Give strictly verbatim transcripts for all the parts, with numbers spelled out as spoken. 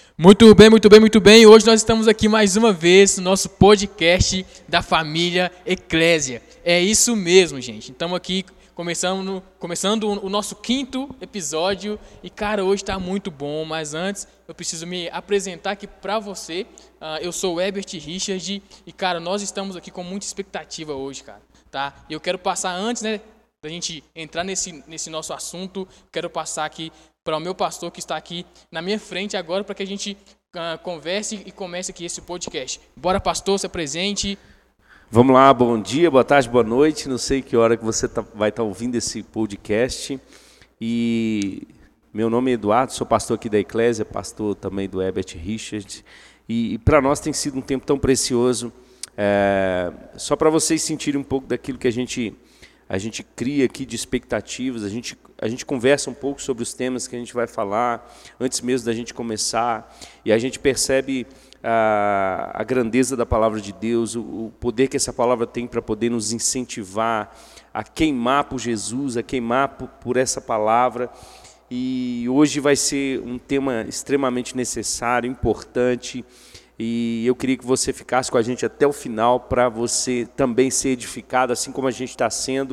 Muito bem, muito bem, muito bem. Hoje nós estamos aqui mais uma vez no nosso podcast da família Eclésia. É isso mesmo, gente. Estamos aqui começando, começando o nosso quinto episódio e, cara, hoje está muito bom, mas antes eu preciso me apresentar aqui para você. Uh, eu sou o Herbert Richard e, cara, nós estamos aqui com muita expectativa hoje, cara, tá? E eu quero passar antes, né, da gente entrar nesse, nesse nosso assunto, quero passar aqui para o meu pastor que está aqui na minha frente agora para que a gente uh, converse e comece aqui esse podcast. Bora, pastor, se apresente. Vamos lá, bom dia, boa tarde, boa noite. Não sei que hora que você tá, vai estar tá ouvindo esse podcast. E meu nome é Eduardo, sou pastor aqui da Eclésia, pastor também do Herbert Richard. E, e para nós tem sido um tempo tão precioso. É, só para vocês sentirem um pouco daquilo que a gente... A gente cria aqui de expectativas, a gente, a gente conversa um pouco sobre os temas que a gente vai falar, antes mesmo da gente começar, e a gente percebe a, a grandeza da palavra de Deus, o, o poder que essa palavra tem para poder nos incentivar a queimar por Jesus, a queimar por, por essa palavra. E hoje vai ser um tema extremamente necessário, importante, e eu queria que você ficasse com a gente até o final para você também ser edificado, assim como a gente está sendo.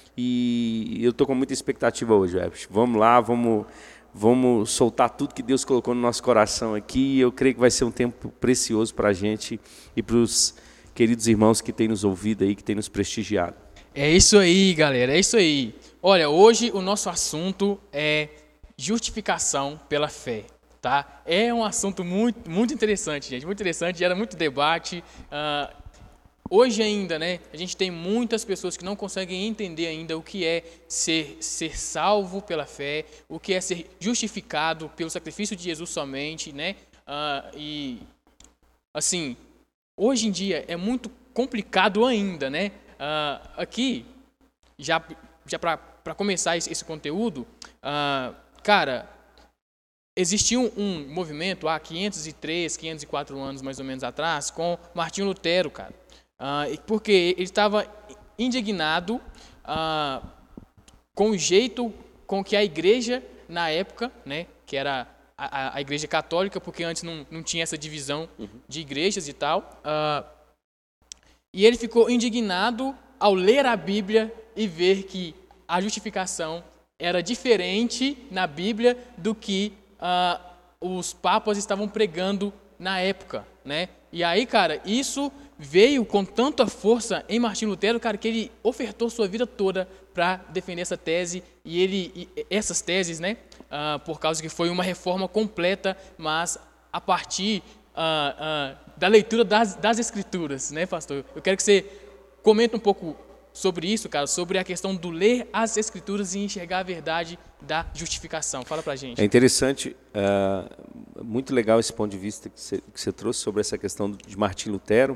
E eu estou com muita expectativa hoje, Herbert. Vamos lá, vamos, vamos soltar tudo que Deus colocou no nosso coração aqui. Eu creio que vai ser um tempo precioso para a gente e para os queridos irmãos que têm nos ouvido aí, que têm nos prestigiado. É isso aí, galera, é isso aí. Olha, hoje o nosso assunto é justificação pela fé. Tá? É um assunto muito, muito interessante, gente, muito interessante, gera muito debate. Uh, hoje ainda, né, a gente tem muitas pessoas que não conseguem entender ainda o que é ser, ser salvo pela fé, o que é ser justificado pelo sacrifício de Jesus somente, né? Uh, e, assim, hoje em dia é muito complicado ainda, né? Uh, aqui, já, já para começar esse, esse conteúdo, uh, cara... Existiu um, um movimento há quinhentos e três, quinhentos e quatro anos mais ou menos atrás com Martinho Lutero, cara, uh, porque ele estava indignado uh, com o jeito com que a igreja na época, né, que era a, a igreja católica, porque antes não, não tinha essa divisão de igrejas e tal, uh, e ele ficou indignado ao ler a Bíblia e ver que a justificação era diferente na Bíblia do que Uh, os papas estavam pregando na época, né? E aí, cara, isso veio com tanta força em Martinho Lutero, cara, que ele ofertou sua vida toda para defender essa tese e ele e essas teses, né? Uh, por causa que foi uma reforma completa, mas a partir uh, uh, da leitura das, das Escrituras, né, pastor? Eu quero que você comente um pouco sobre isso, cara, sobre a questão do ler as Escrituras e enxergar a verdade da justificação. Fala pra gente. É interessante, uh, muito legal esse ponto de vista que você, que você trouxe sobre essa questão de Martim Lutero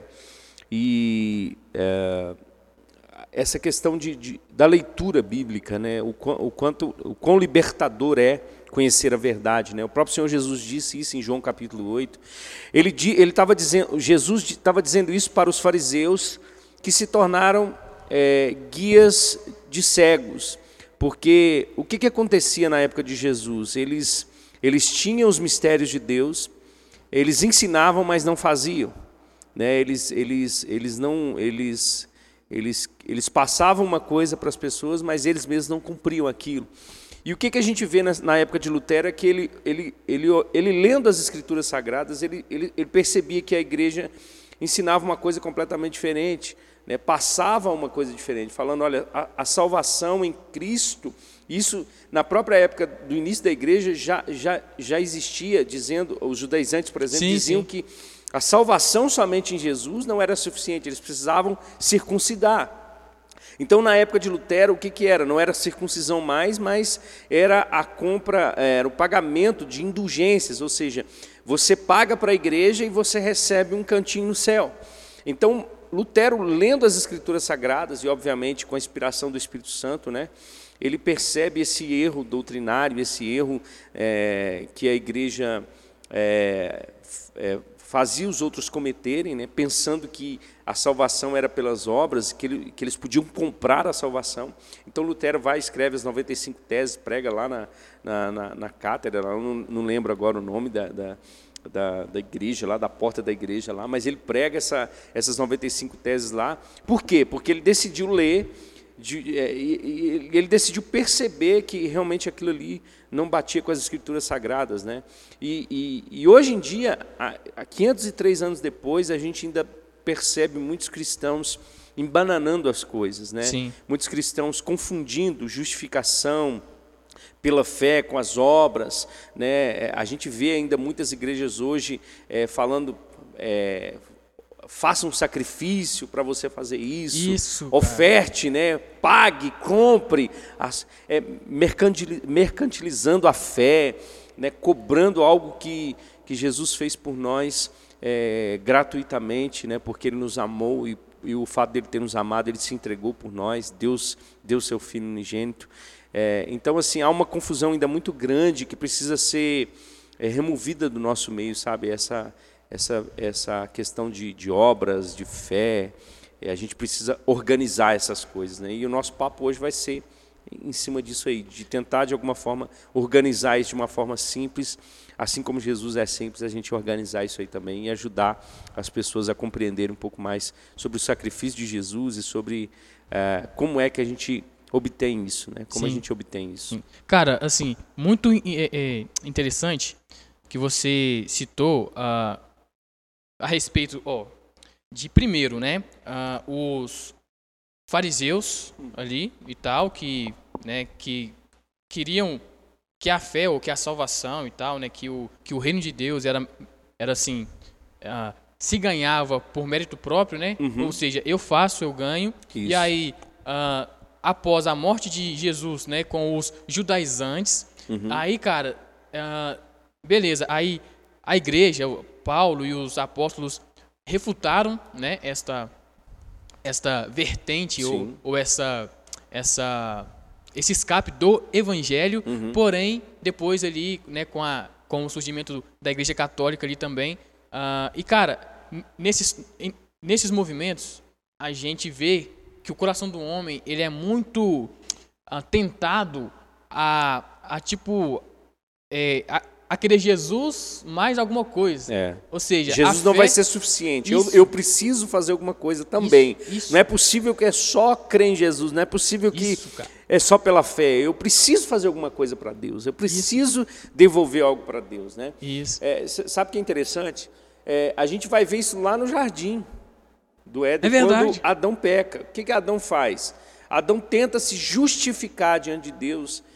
e uh, essa questão de, de, da leitura bíblica, né? o, o, quanto, o quão libertador é conhecer a verdade, né? O próprio Senhor Jesus disse isso em João capítulo oito. Ele estava dizendo, Jesus estava dizendo isso para os fariseus que se tornaram É, guias de cegos, porque o que, que acontecia na época de Jesus? Eles, eles tinham os mistérios de Deus, eles ensinavam, mas não faziam, né? Eles, eles, eles, não, eles, eles, eles passavam uma coisa para as pessoas, mas eles mesmos não cumpriam aquilo. E o que, que a gente vê na, na época de Lutero é que ele, ele, ele, ele lendo as Escrituras Sagradas, ele, ele, ele percebia que a igreja ensinava uma coisa completamente diferente, né, passava uma coisa diferente, falando, olha, a, a salvação em Cristo, isso na própria época do início da igreja já, já, já existia, dizendo, os judaizantes, por exemplo, sim, diziam sim. que a salvação somente em Jesus não era suficiente, eles precisavam circuncidar. Então, na época de Lutero, o que, que era? Não era circuncisão mais, mas era a compra, era o pagamento de indulgências, ou seja, você paga para a igreja e você recebe um cantinho no céu. Então, Lutero, lendo as Escrituras Sagradas, e obviamente com a inspiração do Espírito Santo, né, ele percebe esse erro doutrinário, esse erro é, que a igreja é, é, fazia os outros cometerem, né, pensando que a salvação era pelas obras, que, ele, que eles podiam comprar a salvação. Então Lutero vai, escreve as noventa e cinco teses, prega lá na, na, na, na cátedra, lá, não, não lembro agora o nome da, da, da, da igreja, lá da porta da igreja, lá, mas ele prega essa, essas noventa e cinco teses lá. Por quê? Porque ele decidiu ler, de, é, e, e, ele decidiu perceber que realmente aquilo ali não batia com as escrituras sagradas, né? E, e, e hoje em dia, há quinhentos e três anos depois, a gente ainda percebe muitos cristãos embananando as coisas, né? Sim. Muitos cristãos confundindo justificação pela fé com as obras, né? A gente vê ainda muitas igrejas hoje é, falando, é, faça um sacrifício para você fazer isso, isso oferte, né? Pague, compre, as, é, mercantilizando a fé, né? Cobrando algo que, que Jesus fez por nós é, gratuitamente, né? Porque Ele nos amou e, e o fato dele ter nos amado, Ele se entregou por nós, Deus deu seu Filho unigênito. É, então, assim, há uma confusão ainda muito grande que precisa ser é, removida do nosso meio, sabe? Essa, essa, essa questão de, de obras, de fé, é, a gente precisa organizar essas coisas, né? E o nosso papo hoje vai ser em cima disso aí, de tentar, de alguma forma, organizar isso de uma forma simples, assim como Jesus é simples, a gente organizar isso aí também e ajudar as pessoas a compreenderem um pouco mais sobre o sacrifício de Jesus e sobre é, como é que a gente obtém isso, né? Como Sim. a gente obtém isso. Sim. Cara, assim, muito é, é, interessante que você citou uh, a respeito, ó, de primeiro, né, uh, os fariseus ali e tal, que, né, que queriam que a fé ou que a salvação e tal, né, que o, que o reino de Deus era, era assim, uh, se ganhava por mérito próprio, né? Uhum. Ou seja, eu faço, eu ganho. Isso. E aí, uh, após a morte de Jesus, né, com os judaizantes, uhum. aí, cara, uh, beleza, aí a igreja, Paulo e os apóstolos refutaram, né, esta, esta vertente ou, ou essa, essa, esse escape do evangelho, uhum. porém, depois ali, né, com, a, com o surgimento da igreja católica ali também, uh, e, cara, nesses, nesses movimentos, a gente vê que o coração do homem, ele é muito uh, tentado a, a tipo, é, a, a querer Jesus mais alguma coisa. É. Ou seja, Jesus a não fé... vai ser suficiente. Eu, eu preciso fazer alguma coisa também. Isso, isso. Não é possível que é só crer em Jesus. Não é possível que isso, é só pela fé. Eu preciso fazer alguma coisa para Deus. Eu preciso isso. devolver algo para Deus, né? Isso. É, sabe o que é interessante? É, a gente vai ver isso lá no jardim do Éden, é verdade. quando Adão peca. O que, que Adão faz? Adão tenta se justificar diante de Deus,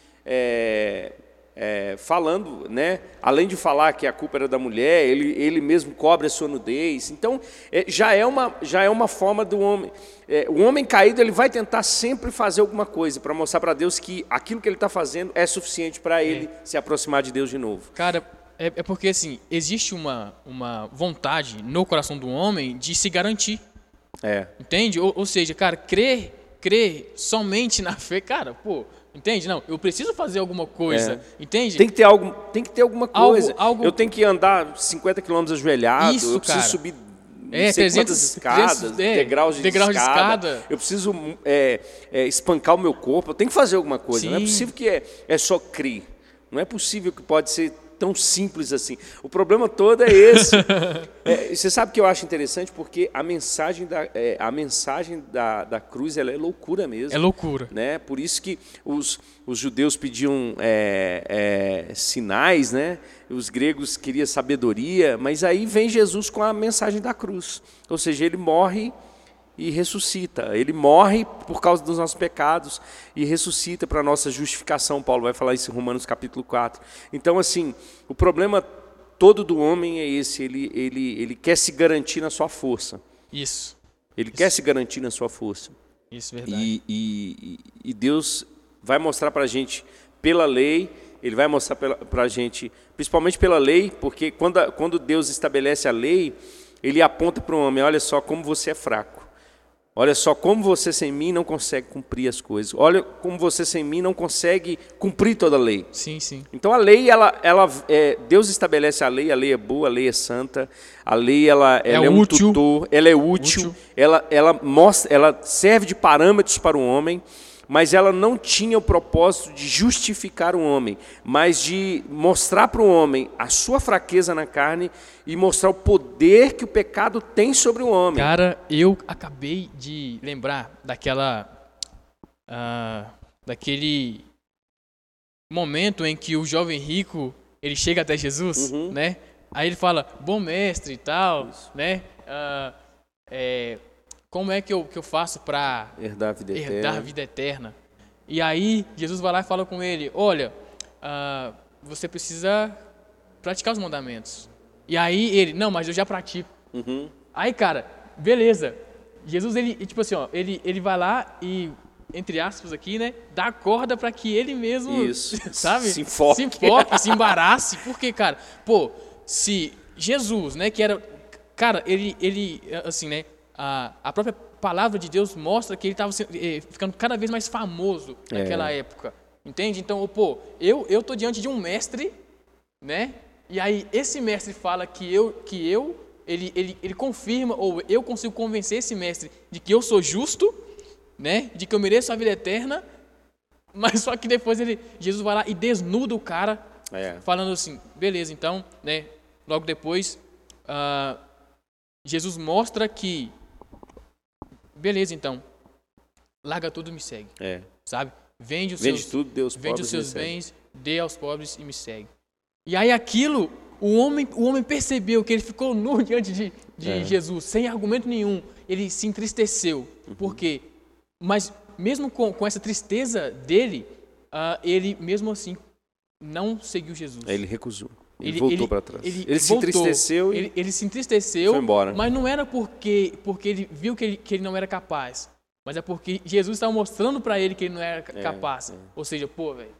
é, é, falando, né? Além de falar que a culpa era da mulher, ele, ele mesmo cobre a sua nudez. Então, é, já, é uma, já é uma forma do homem. É, o homem caído, ele vai tentar sempre fazer alguma coisa para mostrar para Deus que aquilo que ele está fazendo é suficiente para ele é. se aproximar de Deus de novo. Cara, é, é porque assim, existe uma, uma vontade no coração do homem de se garantir. É. Entende? Ou, ou seja, cara, crer, crer somente na fé, cara, pô, entende? Não, eu preciso fazer alguma coisa, é. entende? Tem que ter algo, tem que ter alguma coisa. Algo, algo... Eu tenho que andar cinquenta quilômetros ajoelhado, Isso, eu preciso cara. subir é, não sei trezentos, quantas escadas, trezentos, é, degraus de, degraus escada. de escada. Eu preciso é, é, espancar o meu corpo, eu tenho que fazer alguma coisa. Sim. Não é possível que é, é só crer. Não é possível que pode ser tão simples assim. O problema todo é esse. é, você sabe que eu acho interessante porque a mensagem da, é, a mensagem da, da cruz ela é loucura mesmo. É loucura. Né? Por isso que os, os judeus pediam é, é, sinais, né? Os gregos queriam sabedoria, mas aí vem Jesus com a mensagem da cruz. Ou seja, ele morre e ressuscita. Ele morre por causa dos nossos pecados e ressuscita para a nossa justificação. Paulo vai falar isso em Romanos capítulo quatro. Então, assim, o problema todo do homem é esse. Ele, ele, ele quer se garantir na sua força. Isso. Ele isso. quer se garantir na sua força. Isso, verdade. E, e, e Deus vai mostrar para a gente pela lei, Ele vai mostrar para a gente, principalmente pela lei, porque quando, quando Deus estabelece a lei, Ele aponta para o homem, olha só como você é fraco. Olha só como você sem mim não consegue cumprir as coisas. Olha como você sem mim não consegue cumprir toda a lei. Sim, sim. Então a lei, ela, ela, é, Deus estabelece a lei, a lei é boa, a lei é santa, a lei ela, ela é, é um útil. tutor, ela é útil, útil. Ela, ela, mostra, ela serve de parâmetros para o homem, mas ela não tinha o propósito de justificar o homem, mas de mostrar para o homem a sua fraqueza na carne e mostrar o poder que o pecado tem sobre o homem. Cara, eu acabei de lembrar daquela, uh, daquele momento em que o jovem rico, ele chega até Jesus, uhum. né? Aí ele fala, bom mestre e tal, Isso. né? Uh, é, como é que eu, que eu faço para herdar a vida herdar eterna? a vida eterna? E aí Jesus vai lá e fala com ele, olha, uh, você precisa praticar os mandamentos. E aí ele, não, mas eu já pratico. Uhum. Aí, cara, beleza. Jesus, ele, tipo assim, ó, ele, ele vai lá e, entre aspas aqui, né, dá corda para que ele mesmo, Isso. sabe? Se enfoque. Se enfoque, se embarace. Porque, cara, pô, se Jesus, né, que era, cara, ele, ele assim, né, a, a própria palavra de Deus mostra que ele estava ficando cada vez mais famoso naquela é. época, entende? Então, pô, eu, eu tô diante de um mestre, né, e aí esse mestre fala que eu, que eu ele, ele, ele confirma, ou eu consigo convencer esse mestre de que eu sou justo, né, de que eu mereço a vida eterna, mas só que depois ele, Jesus vai lá e desnuda o cara, é. falando assim, beleza, então, né, logo depois, uh, Jesus mostra que, beleza, então, larga tudo e me segue, é. sabe? Vende os vende seus, tudo, dê aos vende pobres os seus e bens, dê aos pobres e me segue. E aí aquilo, o homem, o homem percebeu que ele ficou nu diante de, de é. Jesus, sem argumento nenhum, ele se entristeceu, uhum. por quê? Mas mesmo com, com essa tristeza dele, uh, ele mesmo assim não seguiu Jesus. Ele recusou. Ele, ele voltou para trás. Ele, ele voltou, se entristeceu e ele, ele se entristeceu, foi embora. Mas não era porque, porque ele viu que ele, que ele não era capaz, mas é porque Jesus estava mostrando para ele que ele não era é, capaz. É. Ou seja, pô, velho.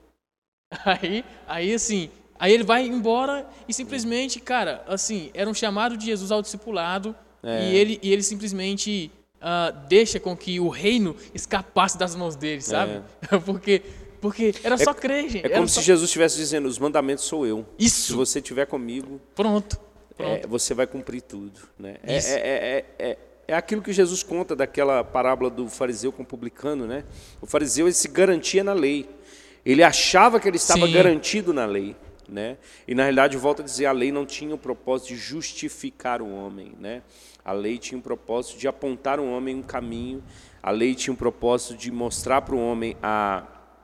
Aí, aí assim, aí ele vai embora e simplesmente, cara, assim, era um chamado de Jesus ao discipulado é. e ele e ele simplesmente uh, deixa com que o reino escapasse das mãos dele, sabe? É. porque Porque era só é, crer, gente. É como era se só... Jesus estivesse dizendo, os mandamentos sou eu. Isso. Se você estiver comigo, pronto, pronto. É, você vai cumprir tudo. Né? É, é, é, é, é aquilo que Jesus conta daquela parábola do fariseu com o publicano. Né? O fariseu ele se garantia na lei. Ele achava que ele estava Sim. garantido na lei. Né? E na realidade, volta a dizer, a lei não tinha o propósito de justificar o homem. Né? A lei tinha o propósito de apontar o homem um caminho. A lei tinha o propósito de mostrar para o homem a...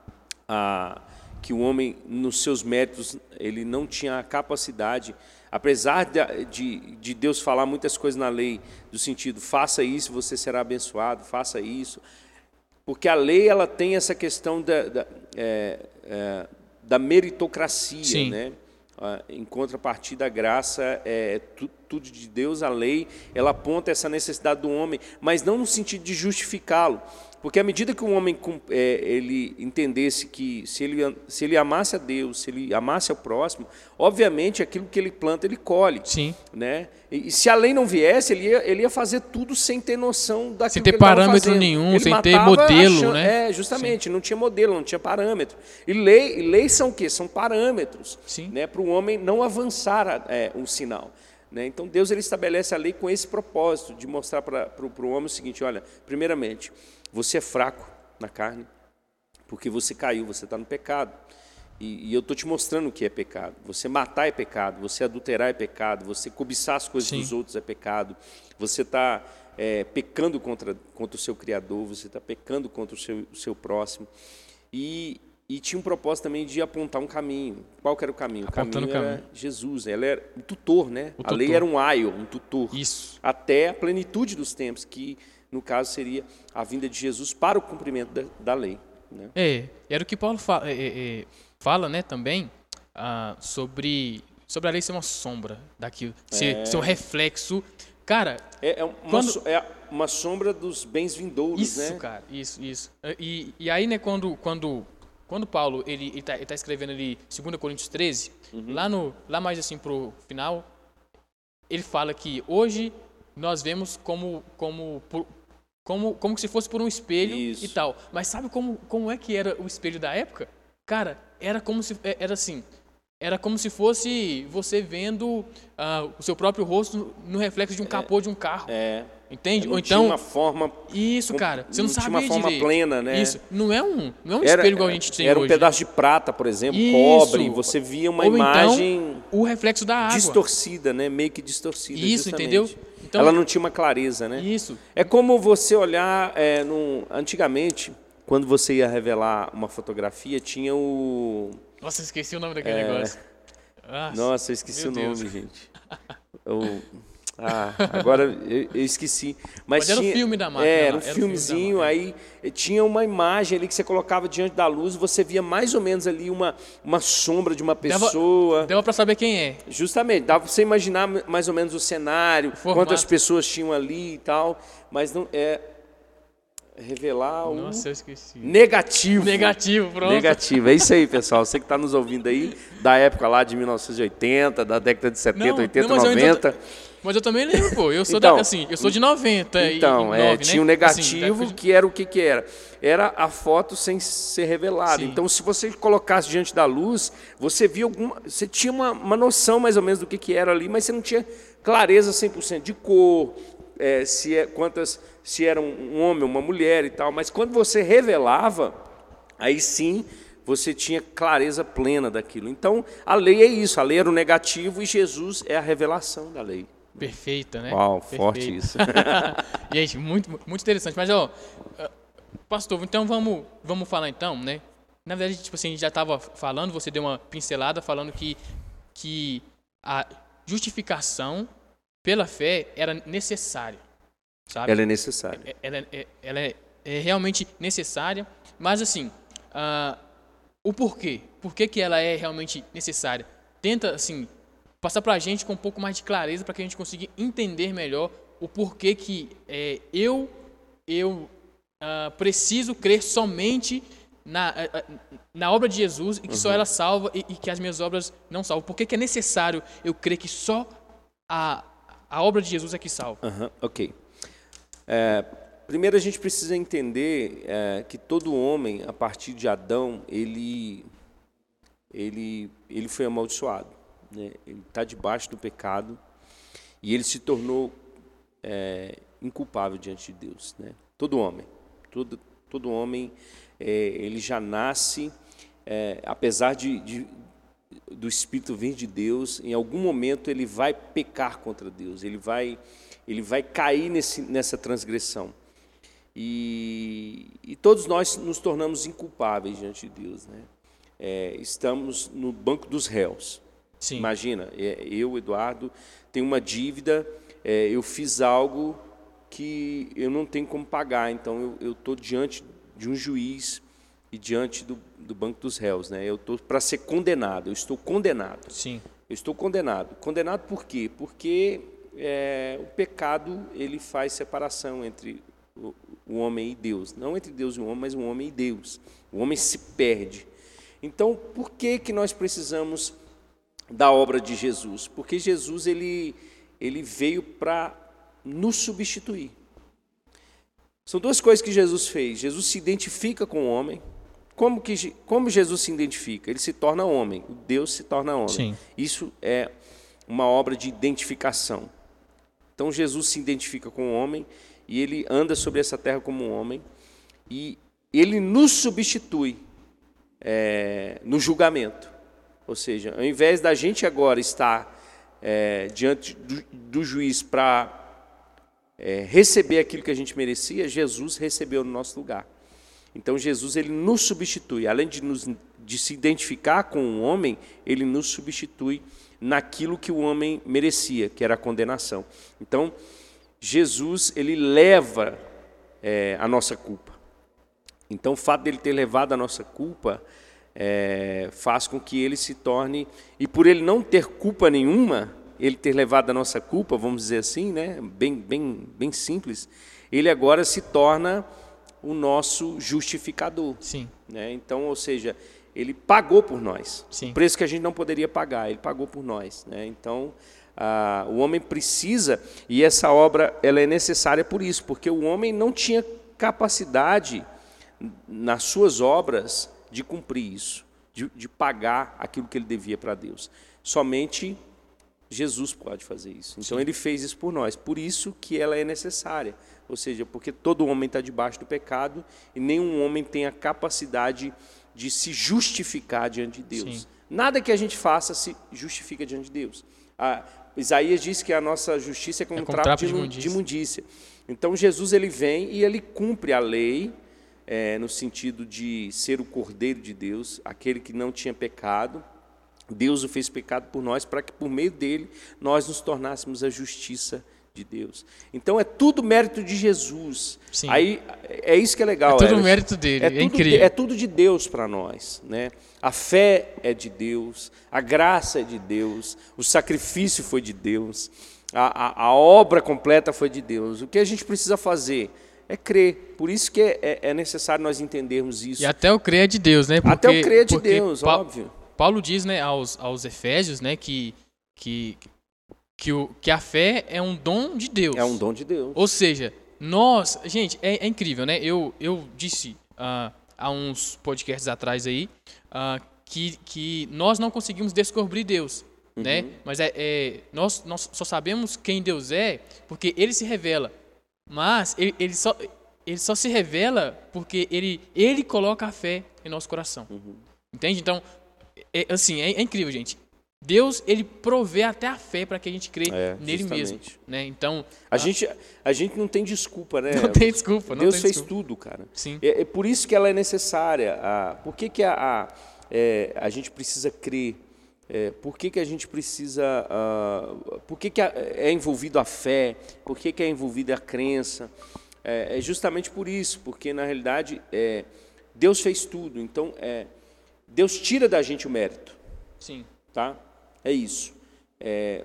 Ah, que o homem, nos seus méritos, ele não tinha a capacidade, apesar de, de, de Deus falar muitas coisas na lei, do sentido, faça isso, você será abençoado, faça isso, porque a lei ela tem essa questão da, da, é, é, da meritocracia, Sim. né? Ah, em contrapartida, a graça é tu, tudo de Deus, a lei, ela aponta essa necessidade do homem, mas não no sentido de justificá-lo. Porque à medida que o homem é, ele entendesse que se ele, se ele amasse a Deus, se ele amasse ao próximo, obviamente aquilo que ele planta, ele colhe. Sim. Né? E, e se a lei não viesse, ele ia, ele ia fazer tudo sem ter noção daquilo sem ter que ele estava parâmetro fazendo. nenhum, ele sem ter modelo. Achando, né? É, justamente, Sim. não tinha modelo, não tinha parâmetro. E lei, e leis são o quê? São parâmetros né, para o homem não avançar é, um sinal. Né? Então Deus ele estabelece a lei com esse propósito, de mostrar para o homem o seguinte, olha, primeiramente, você é fraco na carne, porque você caiu, você está no pecado. E, e eu estou te mostrando o que é pecado. Você matar é pecado, você adulterar é pecado, você cobiçar as coisas Sim. dos outros é pecado, você está é, pecando contra, contra o seu Criador, você está pecando contra o seu, o seu próximo. E, e tinha um propósito também de apontar um caminho. Qual que era o caminho? O Apontando caminho era caminho. Jesus. Ela era um tutor, né? O a tutor. Lei era um aio, um tutor. Isso. Até a plenitude dos tempos, que no caso seria a vinda de Jesus para o cumprimento da, da lei. Né? É, era o que Paulo fala, é, é, fala né, também ah, sobre, sobre a lei ser uma sombra daquilo, ser, é. ser um reflexo. Cara, é, é, uma, quando... é uma sombra dos bens vindouros, isso, né? Isso, cara, isso, isso. E, e aí, né, quando, quando, quando Paulo ele está ele tá escrevendo ali dois Coríntios treze, uhum. lá, no, lá mais assim pro final, ele fala que hoje nós vemos como, como, como, como se fosse por um espelho Isso. e tal. Mas sabe como, como é que era o espelho da época? Cara, era como se, era assim, era como se fosse você vendo uh, o seu próprio rosto no reflexo de um capô é, de um carro. É, entende? Não Ou tinha então uma forma... isso, cara, você não, não sabia tinha uma forma direito. plena, né? Isso, não é um, não é um Era, espelho igual a gente tem era um hoje. pedaço de prata, por exemplo, Isso. cobre, você via uma Ou imagem então, o reflexo da água. distorcida, né? Meio que distorcida. Isso, justamente. entendeu? Então, ela não tinha uma clareza, né? Isso. É como você olhar, é, num, antigamente, quando você ia revelar uma fotografia, tinha o... Nossa, esqueci o nome daquele é... negócio. Nossa, Nossa, eu esqueci o nome, Deus. gente. O... Ah, agora eu, eu esqueci. Mas, Mas era tinha, o filme da máquina. É, era um era filmezinho, aí tinha uma imagem ali que você colocava diante da luz e você via mais ou menos ali uma, uma sombra de uma pessoa. Dava, dava para saber quem é. Justamente, dava para você imaginar mais ou menos o cenário, o quantas pessoas tinham ali e tal, mas não é revelar o Nossa, eu esqueci. negativo. Negativo, pronto. Negativo, é isso aí, pessoal. Você que está nos ouvindo aí, da época lá de mil novecentos e oitenta, da década de setenta, não, oitenta, não, noventa... Eu... Mas eu também lembro, pô. Eu sou, então, da, assim, eu sou de noventa então, e nove, é, né? tinha um negativo assim, que era o que que era? Era a foto sem ser revelada. Sim. Então, se você colocasse diante da luz, você via alguma, você tinha uma, uma noção mais ou menos do que que era ali, mas você não tinha clareza cem por cento de cor, é, se é, quantas, se era um homem, uma mulher e tal. Mas quando você revelava, aí sim você tinha clareza plena daquilo. Então, a lei é isso. A lei era o negativo e Jesus é a revelação da lei. Perfeita, né? Uau, Perfeito. forte isso. Gente, muito, muito interessante. Mas, ó, pastor, então vamos, vamos falar então, né? Na verdade, tipo assim, a gente já estava falando, você deu uma pincelada falando que, que a justificação pela fé era necessária, sabe? Ela é necessária. Ela, ela, ela é, é realmente necessária, mas assim, uh, o porquê? Por que que ela é realmente necessária? Tenta, assim... passar para a gente com um pouco mais de clareza para que a gente consiga entender melhor o porquê que é, eu, eu uh, preciso crer somente na, uh, na obra de Jesus e que uhum. só ela salva e, e que as minhas obras não salvam. Por que que é necessário eu crer que só a, a obra de Jesus é que salva? Uhum. Ok. É, primeiro a gente precisa entender é, que todo homem, a partir de Adão, ele, ele, ele foi amaldiçoado. Né? Ele está debaixo do pecado e ele se tornou é, inculpável diante de Deus. Né? Todo homem, todo, todo homem, é, ele já nasce, é, apesar de, de, do Espírito vir de Deus, em algum momento ele vai pecar contra Deus, ele vai, ele vai cair nesse, nessa transgressão. E, e todos nós nos tornamos inculpáveis diante de Deus. Né? É, estamos no banco dos réus. Sim. Imagina, eu, Eduardo, tenho uma dívida, é, eu fiz algo que eu não tenho como pagar, então eu estou diante de um juiz e diante do, do banco dos réus. Né? Eu estou para ser condenado, eu estou condenado. Sim. Eu estou condenado. Condenado por quê? Porque é, o pecado ele faz separação entre o, o homem e Deus. Não entre Deus e o homem, mas o homem e Deus. O homem se perde. Então, por que que nós precisamos da obra de Jesus? Porque Jesus ele, ele veio para nos substituir. São duas coisas que Jesus fez. Jesus se identifica com o homem. Como, que, como Jesus se identifica? Ele se torna homem. O Deus se torna homem. Sim. Isso é uma obra de identificação. Então Jesus se identifica com o homem e ele anda sobre essa terra como um homem e ele nos substitui é, no julgamento. Ou seja, ao invés da gente agora estar é, diante do, do juiz para é, receber aquilo que a gente merecia, Jesus recebeu no nosso lugar. Então Jesus ele nos substitui, além de, nos, de se identificar com o homem, ele nos substitui naquilo que o homem merecia, que era a condenação. Então Jesus ele leva é, a nossa culpa. Então o fato dele ter levado a nossa culpa É, faz com que ele se torne, e por ele não ter culpa nenhuma, ele ter levado a nossa culpa, vamos dizer assim, né, bem, bem, bem simples, ele agora se torna o nosso justificador. Sim. Né? Então, ou seja, ele pagou por nós, Sim. o preço que a gente não poderia pagar, ele pagou por nós. Né? Então, ah, o homem precisa, e essa obra ela é necessária por isso, porque o homem não tinha capacidade nas suas obras de cumprir isso, de, de pagar aquilo que ele devia para Deus. Somente Jesus pode fazer isso. Então Sim. ele fez isso por nós. Por isso que ela é necessária. Ou seja, porque todo homem está debaixo do pecado e nenhum homem tem a capacidade de se justificar diante de Deus. Sim. Nada que a gente faça se justifica diante de Deus. A, Isaías diz que a nossa justiça é como, É um como trapo, trapo de, de imu- imundícia. de imundícia. Então Jesus ele vem e ele cumpre a lei, é, no sentido de ser o Cordeiro de Deus, aquele que não tinha pecado. Deus o fez pecado por nós, para que por meio dele nós nos tornássemos a justiça de Deus. Então é tudo mérito de Jesus. Sim. Aí é isso que é legal. É tudo Elas. mérito dele, É, é tudo, incrível. de- é tudo de Deus para nós, né? A fé é de Deus, a graça é de Deus, o sacrifício foi de Deus, a, a, a obra completa foi de Deus. O que a gente precisa fazer é crer. Por isso que é, é, é necessário nós entendermos isso. E até o crer é de Deus, né? Até o crer é de porque Deus, Pa- óbvio. Paulo diz, né, aos, aos Efésios, né, que, que, que, o, que a fé é um dom de Deus. É um dom de Deus. Ou seja, nós... Gente, é, é incrível, né? Eu, eu disse ah, há uns podcasts atrás aí ah, que, que nós não conseguimos descobrir Deus, Uhum. né? Mas é, é, nós, nós só sabemos quem Deus é porque Ele se revela. Mas Ele, ele, só, ele só se revela porque Ele, ele coloca a fé em nosso coração. Uhum. Entende? Então, é, assim, é, é incrível, gente. Deus, ele provê até a fé para que a gente crê É, nele justamente. mesmo, né? Então, A gente, a gente não tem desculpa, né? não tem desculpa, não Deus tem fez desculpa. tudo, cara. Sim. É, é por isso que ela é necessária. A, por que, que a, a, é, a gente precisa crer? É, por que, que a gente precisa... ah, por que, que a- é envolvido a fé? Por que, que é envolvida a crença? É, é justamente por isso, porque na realidade é, Deus fez tudo. Então, é, Deus tira da gente o mérito. Sim. Tá? É isso. É,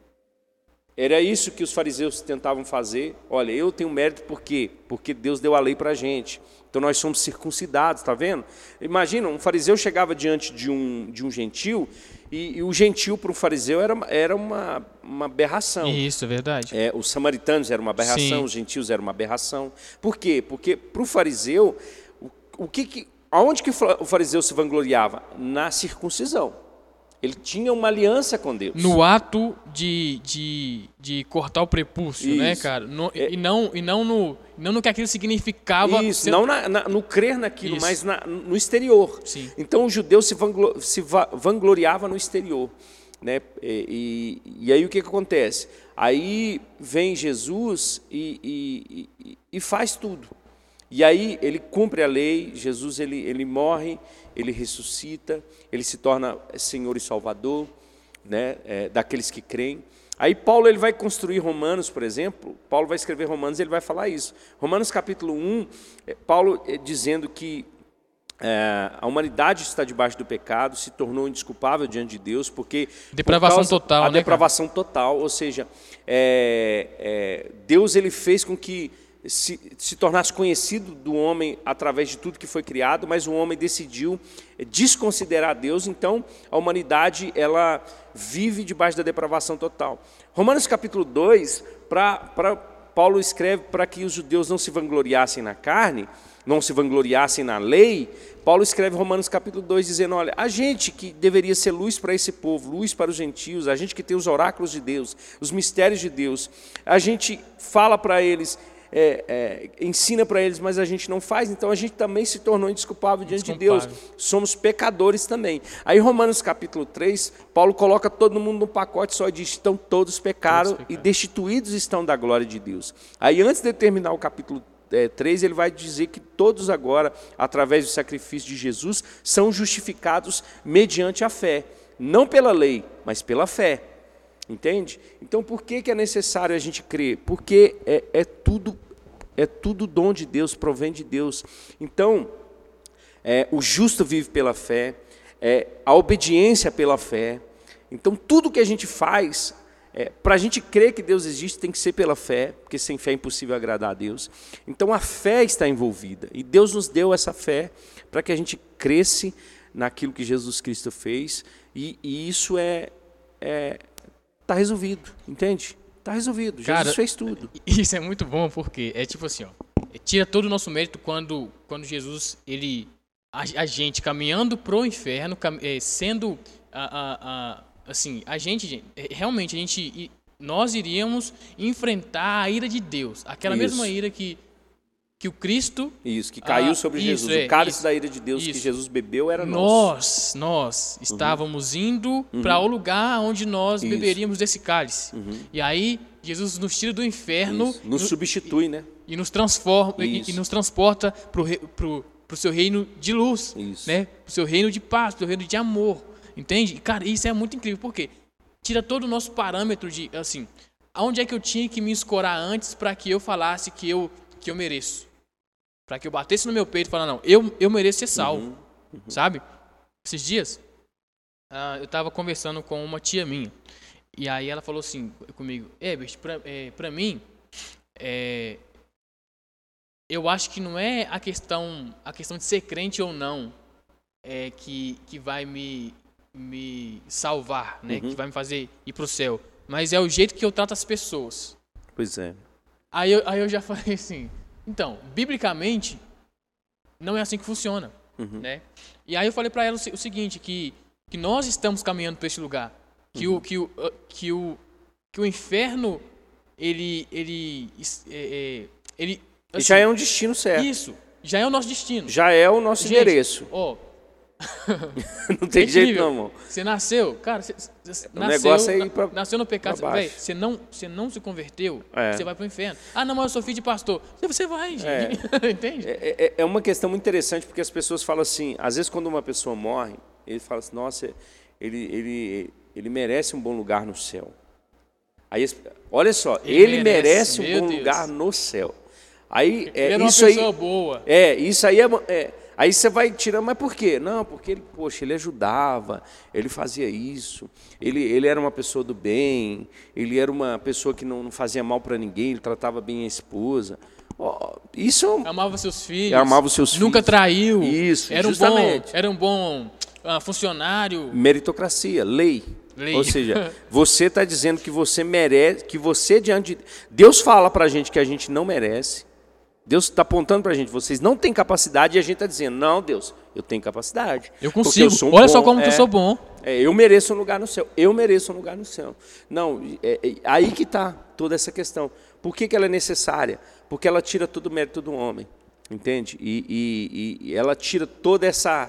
era isso que os fariseus tentavam fazer. Olha, eu tenho mérito por quê? Porque Deus deu a lei para a gente. Então nós somos circuncidados, tá vendo? Imagina, um fariseu chegava diante de um, de um gentil e, e o gentil para o fariseu era, era uma, uma aberração. Isso, é verdade. É, os samaritanos eram uma aberração, Sim. os gentios eram uma aberração. Por quê? Porque para o fariseu, o, o que que, aonde que o fariseu se vangloriava? Na circuncisão. Ele tinha uma aliança com Deus. No ato de, de, de cortar o prepúcio, Isso. né, cara? No, É. E, não, e não, no, não no que aquilo significava. Isso, ser- não na, na- no crer naquilo, Isso. mas na- no exterior. Sim. Então o judeu se, vanglo- se va- vangloriava no exterior. Né? E, e- e aí o que, que acontece? Aí vem Jesus e, e- e- e faz tudo. E aí ele cumpre a lei, Jesus ele, ele morre, ele ressuscita, ele se torna Senhor e Salvador, né, é, daqueles que creem. Aí Paulo ele vai construir Romanos, por exemplo. Paulo vai escrever Romanos, ele vai falar isso. Romanos capítulo um, é, Paulo é, dizendo que é, a humanidade está debaixo do pecado, se tornou indesculpável diante de Deus, porque Depravação por causa- total, a né, cara? depravação total, ou seja, é, é, Deus ele fez com que se, se tornasse conhecido do homem através de tudo que foi criado, mas o homem decidiu desconsiderar Deus, então a humanidade ela vive debaixo da depravação total. Romanos capítulo dois, pra, pra, Paulo escreve para que os judeus não se vangloriassem na carne, não se vangloriassem na lei. Paulo escreve Romanos capítulo dois dizendo, olha, a gente que deveria ser luz para esse povo, luz para os gentios, a gente que tem os oráculos de Deus, os mistérios de Deus, a gente fala para eles, é, é, ensina para eles, mas a gente não faz, então a gente também se tornou indesculpável diante de Deus. Indesculpável. Somos pecadores também. Aí Romanos capítulo três, Paulo coloca todo mundo num pacote só e diz, estão todos pecaram Todos pecaram. e destituídos estão da glória de Deus. Aí antes de terminar o capítulo É, três, ele vai dizer que todos agora, através do sacrifício de Jesus, são justificados mediante a fé. Não pela lei, mas pela fé. Entende? Então, por que, que é necessário a gente crer? Porque é, é, tudo, é tudo dom de Deus, provém de Deus. Então, é, o justo vive pela fé, é, a obediência pela fé. Então, tudo que a gente faz... É, para a gente crer que Deus existe, tem que ser pela fé, porque sem fé é impossível agradar a Deus. Então a fé está envolvida, e Deus nos deu essa fé para que a gente cresce naquilo que Jesus Cristo fez, e, e isso é, é tá resolvido, entende? Está resolvido, Jesus Cara, fez tudo. Isso é muito bom, porque é tipo assim, ó, tira todo o nosso mérito quando, quando Jesus, ele, a, a gente caminhando pro inferno, cam- é, sendo a, a, a, assim, a gente, gente, realmente, a gente, nós iríamos enfrentar a ira de Deus. Aquela Isso. mesma ira que, que o Cristo... Isso, que caiu ah, sobre isso, Jesus. é, o cálice isso, da ira de Deus isso. que Jesus bebeu era nosso. Nós, nós estávamos uhum. indo Uhum. para o lugar onde nós Isso. beberíamos desse cálice. Uhum. E aí, Jesus nos tira do inferno... Isso. Nos no, substitui, né? E nos transforma e, e nos transporta para o seu reino de luz, Isso. né? Para o seu reino de paz, para o seu reino de amor, entende? E, cara, isso é muito incrível, por quê? Tira todo o nosso parâmetro de, assim, aonde é que eu tinha que me escorar antes para que eu falasse que eu, que eu mereço? Para que eu batesse no meu peito e falasse, não, eu, eu mereço ser salvo, uhum. Uhum. sabe? Esses dias, uh, eu estava conversando com uma tia minha, e aí ela falou assim comigo, Herbert, para é, para mim, é... eu acho que não é a questão, a questão de ser crente ou não é, que, que vai me, me salvar, né? Uhum. Que vai me fazer ir para o céu. Mas é o jeito que eu trato as pessoas. Pois é. Aí eu, aí eu já falei assim, então, biblicamente, não é assim que funciona. Uhum. Né? E aí eu falei para ela o, o seguinte, que, que nós estamos caminhando para esse lugar. Que, uhum. o, que, o, que, o, que o inferno, ele... ele, é, ele Assim, já é um destino certo. Isso, já é o nosso destino. Já é o nosso Gente, endereço. Ó, não tem é jeito não, irmão. Você nasceu, cara, você, você o nasceu, negócio é ir pra, nasceu no pecado, velho, você não, você não se converteu, é. Você vai pro inferno. Ah, não, mas eu sou filho de pastor. Você vai, gente. É. Entende? É, é, é uma questão muito interessante, porque as pessoas falam assim, às vezes quando uma pessoa morre, ele fala assim, nossa, ele, ele, ele merece um bom lugar no céu. Aí, olha só, ele, ele merece, merece um bom Deus. lugar no céu. Aí, é, ele era uma isso pessoa aí, boa. É, isso aí é, é. Aí você vai tirando, mas por quê? Não, porque ele, poxa, ele ajudava, ele fazia isso, ele, ele era uma pessoa do bem, ele era uma pessoa que não, não fazia mal para ninguém, ele tratava bem a esposa. Oh, isso amava seus filhos. Amava os seus filhos. Nunca traiu. Isso, era justamente. Um bom, era um bom uh, funcionário. Meritocracia, lei. Lei. Ou seja, você está dizendo que você merece, que você diante de Deus fala para a gente que a gente não merece. Deus está apontando para a gente, vocês não têm capacidade, e a gente está dizendo, não, Deus, eu tenho capacidade. Eu consigo, eu um olha bom, só como é, que eu sou bom. É, eu mereço um lugar no céu, eu mereço um lugar no céu. Não, é, é aí que está toda essa questão. Por que, que ela é necessária? Porque ela tira todo o mérito do homem, entende? E, e, e ela tira toda essa,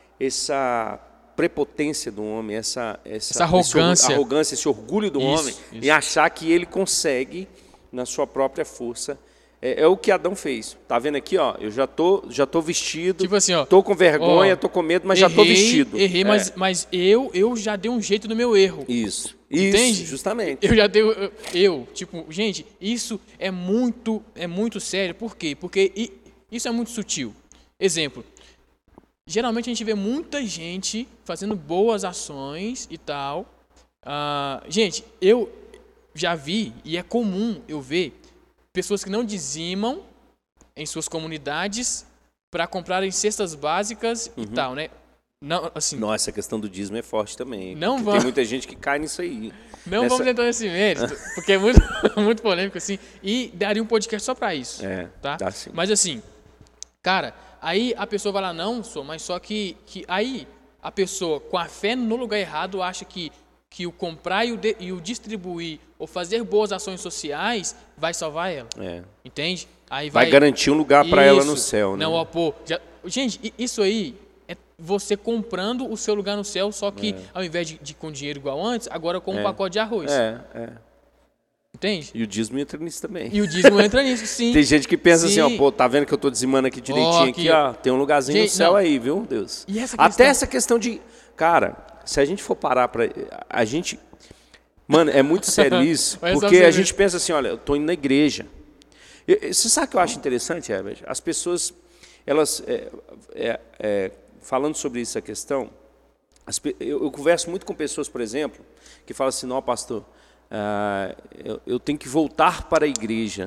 essa prepotência do homem, essa, essa, essa arrogância. Esse, arrogância, esse orgulho do isso, homem, isso. em achar que ele consegue, na sua própria força. É, é o que Adão fez. Tá vendo aqui, ó? Eu já tô, já tô vestido. Tipo assim, ó. Tô com vergonha, ó, tô com medo, mas errei, já tô vestido. Errei, é. mas, mas eu, eu já dei um jeito no meu erro. Isso. Entende? Isso, justamente. Eu já dei, eu, eu, tipo, gente, isso é muito, é muito sério. Por quê? Porque isso é muito sutil. Exemplo. Geralmente a gente vê muita gente fazendo boas ações e tal. Uh, gente, eu já vi, e é comum eu ver, pessoas que não dizimam em suas comunidades para comprarem cestas básicas uhum. e tal, né? Não, assim, Nossa, essa questão do dízimo é forte também. Não vamos, tem muita gente que cai nisso aí. Não Nessa... vamos entrar nesse mérito, porque é muito, muito polêmico, assim, e daria um podcast só para isso. É, tá? dá sim. Mas assim, cara, aí a pessoa vai lá, não, sou, mas só que, que aí a pessoa com a fé no lugar errado acha que que o comprar e o, de, e o distribuir ou fazer boas ações sociais vai salvar ela. É. Entende? Aí vai, vai garantir um lugar para ela no céu. Né? Não, ó, pô, já, gente, isso aí é você comprando o seu lugar no céu, só que é. ao invés de, de com dinheiro igual antes, agora com um é. pacote de arroz. É, é. Entende? E o dízimo entra nisso também. E o dízimo entra nisso, sim. Tem gente que pensa sim. assim, ó, pô, tá vendo que eu tô dizimando aqui direitinho, oh, aqui, ó, tem um lugarzinho gente, no céu não. aí, viu, Deus? E essa Até questão... essa questão de, cara, se a gente for parar para a gente, mano, é muito sério isso, porque a gente pensa assim, olha, eu tô indo na igreja. Eu, você sabe o que eu acho interessante, Herbert? As pessoas, elas, é, é, é, falando sobre essa questão, as, eu, eu converso muito com pessoas, por exemplo, que falam assim, não, pastor, Uh, eu, eu tenho que voltar para a igreja,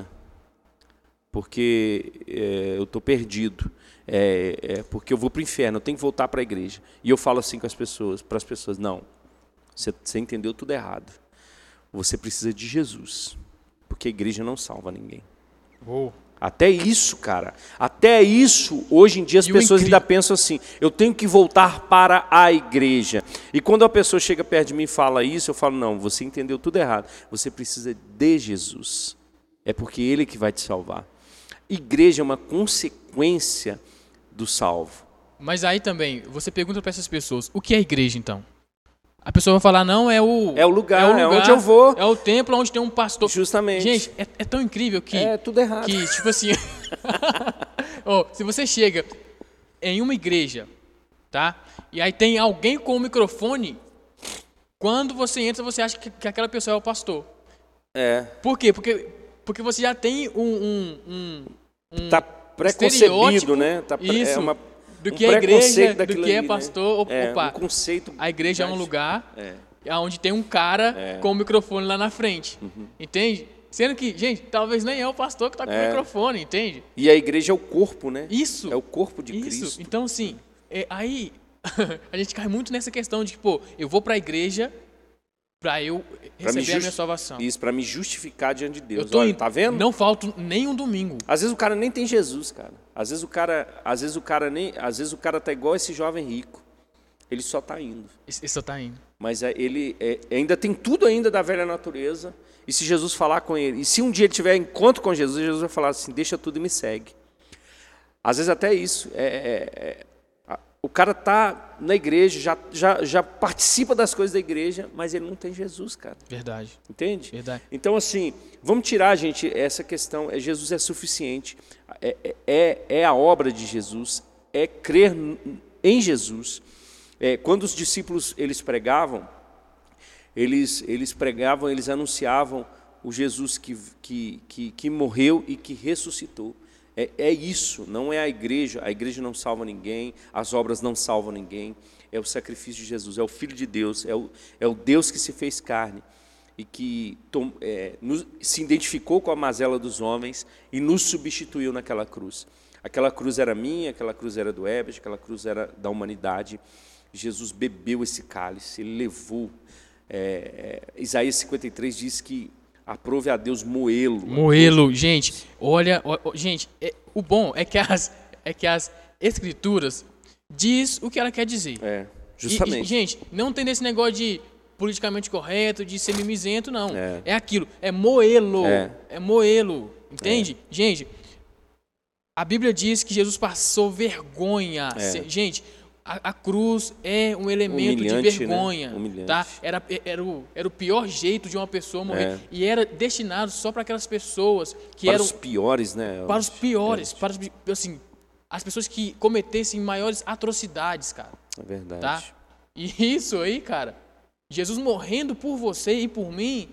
porque é, eu estou perdido, é, é, porque eu vou para o inferno, eu tenho que voltar para a igreja. E eu falo assim com as pessoas, para as pessoas, não, você, você entendeu tudo errado. Você precisa de Jesus, porque a igreja não salva ninguém. Oh. Até isso, cara. Até isso, hoje em dia as E o pessoas incrível- ainda pensam assim, eu tenho que voltar para a igreja. E quando a pessoa chega perto de mim e fala isso, eu falo, não, você entendeu tudo errado. Você precisa de Jesus. É porque Ele que vai te salvar. Igreja é uma consequência do salvo. Mas aí também, você pergunta para essas pessoas, o que é igreja então? A pessoa vai falar, não, é o... É o lugar, é onde eu vou. É o templo onde tem um pastor. Justamente. Gente, é, é tão incrível que... É tudo errado. Que, tipo assim... Ó, se você chega em uma igreja, tá? E aí tem alguém com o microfone, quando você entra, você acha que, que aquela pessoa é o pastor. É. Por quê? Porque, porque você já tem um... um, um, um Tá preconcebido, né? Tá pre- isso, é uma, do um que é preconceito igreja, do daquilo que é ali, né? pastor. É, Opa, um conceito. a igreja é um lugar É. onde tem um cara É. com o microfone lá na frente, Uhum. entende? Sendo que, gente, talvez nem é o pastor que tá com É. o microfone, entende? E a igreja é o corpo, né? Isso. É o corpo de Isso. Cristo. Então, assim, é, aí a gente cai muito nessa questão de que, pô, eu vou pra igreja pra eu Pra me receber a minha justi- salvação. Isso, para me justificar diante de Deus. Eu tô Olha, indo, tá vendo? não falto nem um domingo. Às vezes o cara nem tem Jesus, cara. Às vezes o cara, às vezes o cara nem, às vezes o cara tá igual esse jovem rico. Ele só tá indo. Isso isso tá indo. Mas é, ele é, ainda tem tudo ainda da velha natureza. E se Jesus falar com ele, e se um dia ele tiver encontro com Jesus, Jesus vai falar assim: deixa tudo e me segue. Às vezes até isso. É, é, é, a- o cara tá na igreja, já, já, já participa das coisas da igreja, mas ele não tem Jesus, cara. Verdade, Entende? verdade. Então, assim, vamos tirar, gente, essa questão. É, Jesus é suficiente. É, é- é, é a obra de Jesus. É crer n- em Jesus. É, quando os discípulos eles pregavam, eles, eles pregavam, eles anunciavam o Jesus que, que, que, que morreu e que ressuscitou. É, é isso, não é a igreja. A igreja não salva ninguém, as obras não salvam ninguém. É o sacrifício de Jesus, é o Filho de Deus, é o, é o Deus que se fez carne e que tom, é, nos, se identificou com a mazela dos homens e nos substituiu naquela cruz. Aquela cruz era minha, aquela cruz era do Herbert, aquela cruz era da humanidade. Jesus bebeu esse cálice, ele levou. É, é, Isaías cinquenta e três diz que aprove a Deus moê-lo. Moelo, gente, olha, ó, ó, gente, é- o bom é que as é que as escrituras diz o que ela quer dizer. É, E- justamente. E, gente, não tem desse negócio de politicamente correto, de ser mimizento, não. É. É, aquilo, é moelo, É. é, moelo, entende? Gente, a Bíblia diz que Jesus passou vergonha. É. Se- Gente, a, a cruz é um elemento de Humilhante, né? vergonha, Humilhante. tá? Era, era, o, era o pior jeito de uma pessoa morrer. É. E era destinado só para aquelas pessoas que Para eram os piores, né? para os piores, para os, assim, as pessoas que cometessem maiores atrocidades, cara, É verdade. tá? E isso aí, cara, Jesus morrendo por você e por mim,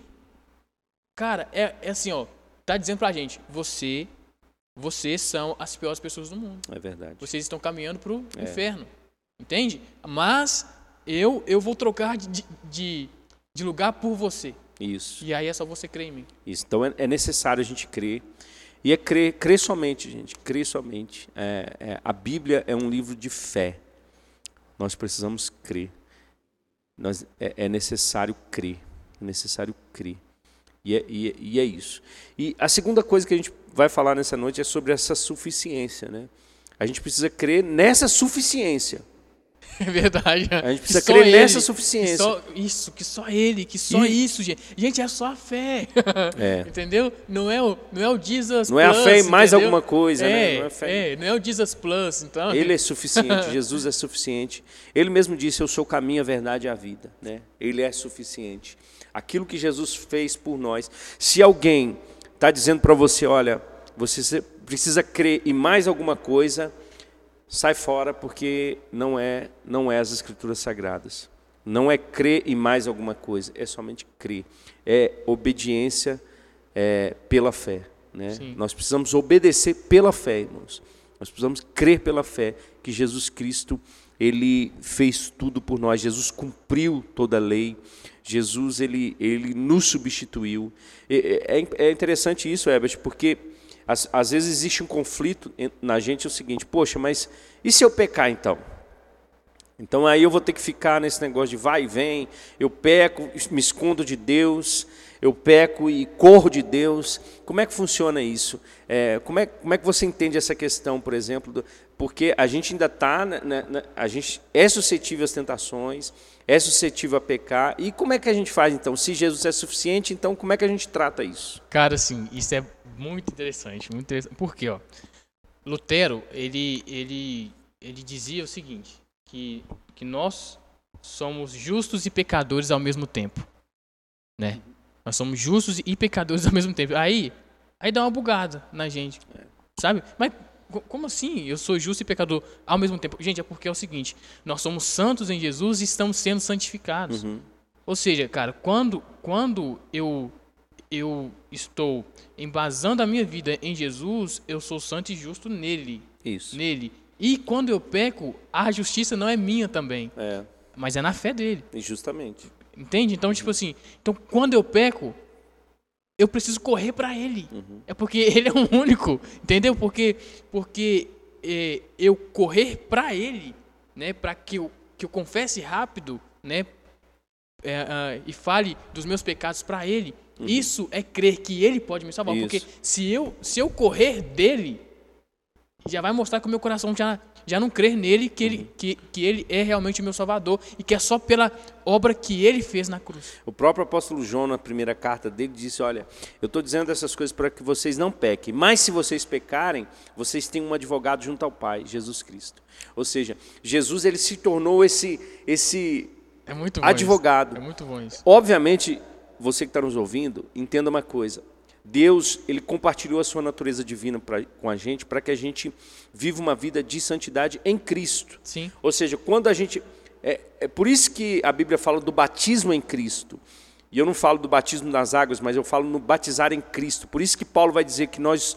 cara, é, é assim, ó, tá dizendo pra gente, você, vocês são as piores pessoas do mundo. É verdade. Vocês estão caminhando pro É. inferno, entende? Mas eu, eu vou trocar de, de, de lugar por você. Isso. E aí é só você crer em mim. Isso. Então é, é necessário a gente crer. E é crer, crer somente, gente. Crer somente. É, é, a Bíblia é um livro de fé. Nós precisamos crer. Nós, é, é necessário crer. É necessário crer. E é, e, é, e é isso. E a segunda coisa que a gente vai falar nessa noite é sobre essa suficiência, né? A gente precisa crer nessa suficiência. É verdade. A gente precisa Que só crer ele, nessa que suficiência. só isso, que só ele, que só E- isso, gente. Gente, é só a fé. É. Entendeu? Não é o, não é o Jesus Não é a Plus, fé em mais entendeu? alguma coisa, é, né? Não é fé- é, não é o Jesus Plus, então. Ele é suficiente, Jesus é suficiente. Ele mesmo disse, eu sou o caminho, a verdade e a vida. Né? Ele é suficiente. Aquilo que Jesus fez por nós. Se alguém está dizendo para você, olha, você precisa crer em mais alguma coisa, sai fora, porque não é, não é as Escrituras Sagradas. Não é crer em mais alguma coisa, é somente crer. É obediência é, pela fé. Né? Sim. Nós precisamos obedecer pela fé, irmãos. Nós precisamos crer pela fé que Jesus Cristo, ele fez tudo por nós. Jesus cumpriu toda a lei. Jesus, ele, ele nos substituiu. É, é, é interessante isso, Herbert, porque às, às vezes existe um conflito na gente, é o seguinte, poxa, mas e se eu pecar então? Então aí eu vou ter que ficar nesse negócio de vai e vem, eu peco, me escondo de Deus, eu peco e corro de Deus. Como é que funciona isso? É, como, é, como é que você entende essa questão, por exemplo? Do, porque a gente ainda está, a gente é suscetível às tentações, é suscetível a pecar. E como é que a gente faz então? Se Jesus é suficiente, então como é que a gente trata isso? Cara, assim, isso é muito interessante, muito interessante. Por quê? Ó? Lutero, ele, ele, ele dizia o seguinte, que, que nós somos justos e pecadores ao mesmo tempo, né? Nós somos justos e pecadores ao mesmo tempo. Aí, aí dá uma bugada na gente, sabe? Mas como assim? Eu sou justo e pecador ao mesmo tempo? Gente, é porque é o seguinte, nós somos santos em Jesus e estamos sendo santificados. Uhum. Ou seja, cara, quando, quando eu, eu estou embasando a minha vida em Jesus, eu sou santo e justo nele. Isso. Nele. E quando eu peco, a justiça não é minha também, é. mas é na fé dele. Justamente. Entende? Então, uhum. tipo assim, então quando eu peco, eu preciso correr para ele. Uhum. É porque ele é o único, entendeu? Porque, porque é, eu correr para ele, né, para que eu, que eu confesse rápido, né, é, uh, e fale dos meus pecados para ele, uhum. isso é crer que ele pode me salvar. Isso. Porque se eu, se eu correr dele, já vai mostrar que o meu coração já, já não crer nele, que ele, uhum. que, que ele é realmente o meu salvador e que é só pela obra que ele fez na cruz. O próprio apóstolo João, na primeira carta dele, disse, olha, eu estou dizendo essas coisas para que vocês não pequem, mas se vocês pecarem, vocês têm um advogado junto ao Pai, Jesus Cristo. Ou seja, Jesus ele se tornou esse, esse é muito bom advogado. Isso. É muito bom isso. Obviamente, você que está nos ouvindo, entenda uma coisa. Deus, ele compartilhou a sua natureza divina pra, com a gente para que a gente viva uma vida de santidade em Cristo. Sim. Ou seja, quando a gente... É, é por isso que a Bíblia fala do batismo em Cristo. E eu não falo do batismo nas águas, mas eu falo no batizar em Cristo. Por isso que Paulo vai dizer que nós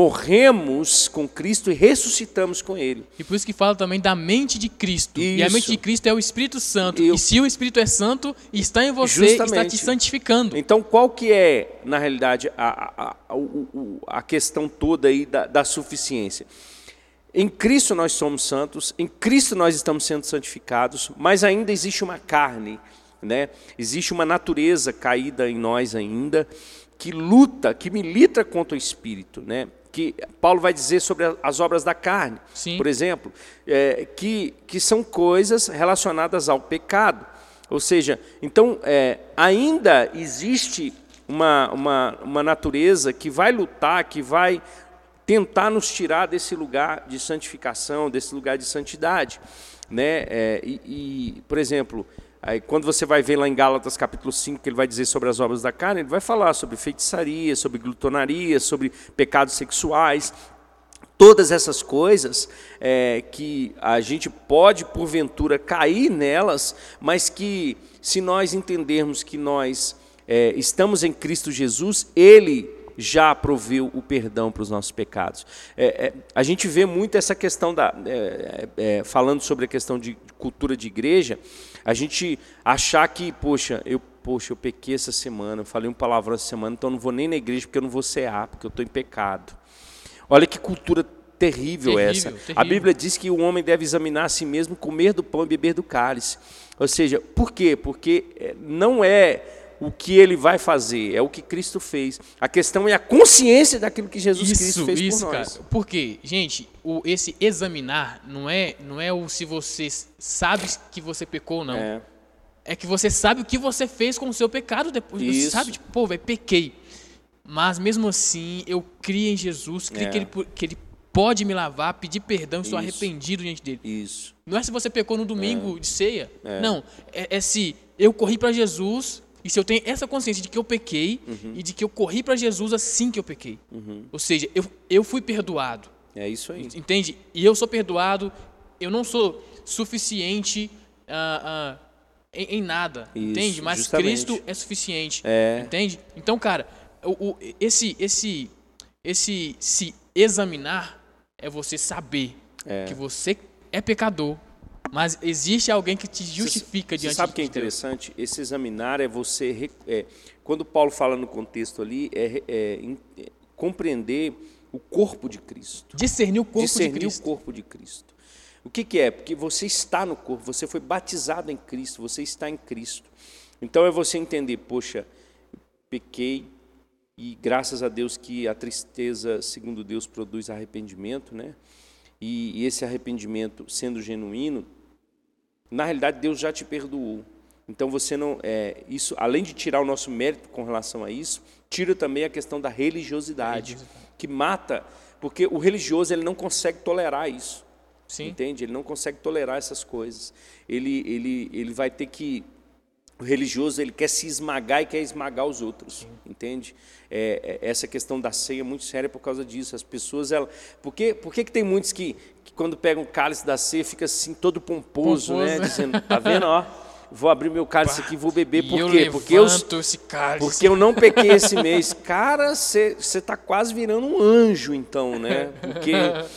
morremos com Cristo e ressuscitamos com Ele. E por isso que fala também da mente de Cristo. Isso. E a mente de Cristo é o Espírito Santo. Eu... E se o Espírito é santo, está em você, Justamente. Está te santificando. Então, qual que é, na realidade, a, a, a, a questão toda aí da, da suficiência? Em Cristo nós somos santos, em Cristo nós estamos sendo santificados, mas ainda existe uma carne, né? Existe uma natureza caída em nós ainda, que luta, que milita contra o Espírito, né? Que Paulo vai dizer sobre as obras da carne, Sim. por exemplo, é, que, que são coisas relacionadas ao pecado. Ou seja, então é, ainda existe uma, uma, uma natureza que vai lutar, que vai tentar nos tirar desse lugar de santificação, desse lugar de santidade, né? É, e, e, por exemplo, aí, quando você vai ver lá em Gálatas capítulo cinco, que ele vai dizer sobre as obras da carne, ele vai falar sobre feitiçaria, sobre glutonaria, sobre pecados sexuais, todas essas coisas é, que a gente pode, porventura, cair nelas, mas que se nós entendermos que nós é, estamos em Cristo Jesus, Ele já proveu o perdão para os nossos pecados. É, é, a gente vê muito essa questão, da, é, é, falando sobre a questão de cultura de igreja, a gente achar que, poxa, eu, poxa, eu pequei essa semana, eu falei um palavrão essa semana, então eu não vou nem na igreja porque eu não vou cear, porque eu estou em pecado. Olha que cultura terrível, terrível essa. Terrível. A Bíblia diz que o homem deve examinar a si mesmo, comer do pão e beber do cálice. Ou seja, por quê? Porque não é o que ele vai fazer, é o que Cristo fez. A questão é a consciência daquilo que Jesus isso, Cristo fez isso, por nós. Cara. Por quê? Gente, o, esse examinar não é, não é o se você sabe que você pecou ou não. É. é que você sabe o que você fez com o seu pecado depois. Isso. Você sabe, tipo, pô, velho, pequei. Mas mesmo assim, eu criei em Jesus, criei é. que, ele, que ele pode me lavar, pedir perdão, estou Isso. arrependido diante dele. Isso. Não é se você pecou no domingo é. de ceia. É. Não, é, é se eu corri para Jesus... E se eu tenho essa consciência de que eu pequei uhum. e de que eu corri para Jesus assim que eu pequei. Uhum. Ou seja, eu, eu fui perdoado. É isso aí. Entende? E eu sou perdoado, eu não sou suficiente uh, uh, em, em nada. Isso, entende? Mas justamente. Cristo é suficiente. É. Entende? Então, cara, o, o, esse, esse, esse se examinar é você saber é. que você é pecador. Mas existe alguém que te justifica você, diante de Deus. Você sabe o que é interessante? Esse examinar é você... É, quando Paulo fala no contexto ali, é, é, é compreender o corpo de Cristo. Discernir o corpo Discernir de Cristo. o corpo de Cristo. O que, que é? Porque você está no corpo, você foi batizado em Cristo, você está em Cristo. Então é você entender, poxa, pequei e graças a Deus que a tristeza, segundo Deus, produz arrependimento, né? E, e esse arrependimento sendo genuíno, na realidade Deus já te perdoou. Então você não, é, isso, além de tirar o nosso mérito com relação a isso, tira também a questão da religiosidade, religiosidade. que mata, porque o religioso ele não consegue tolerar isso. Sim. Entende? Ele não consegue tolerar essas coisas. Ele, ele, ele vai ter que... O religioso ele quer se esmagar e quer esmagar os outros. Sim. Entende? É, é, essa questão da ceia é muito séria por causa disso. As pessoas... Ela, por que, por que, que tem muitos que, que quando pegam o cálice da ceia fica assim todo pomposo, pomposo. né? Dizendo, tá vendo? Ó, vou abrir meu cálice aqui e vou beber. Por quê? Eu porque, eu, esse cálice. porque eu não pequei esse mês. Cara, você está quase virando um anjo, então, né? Porque,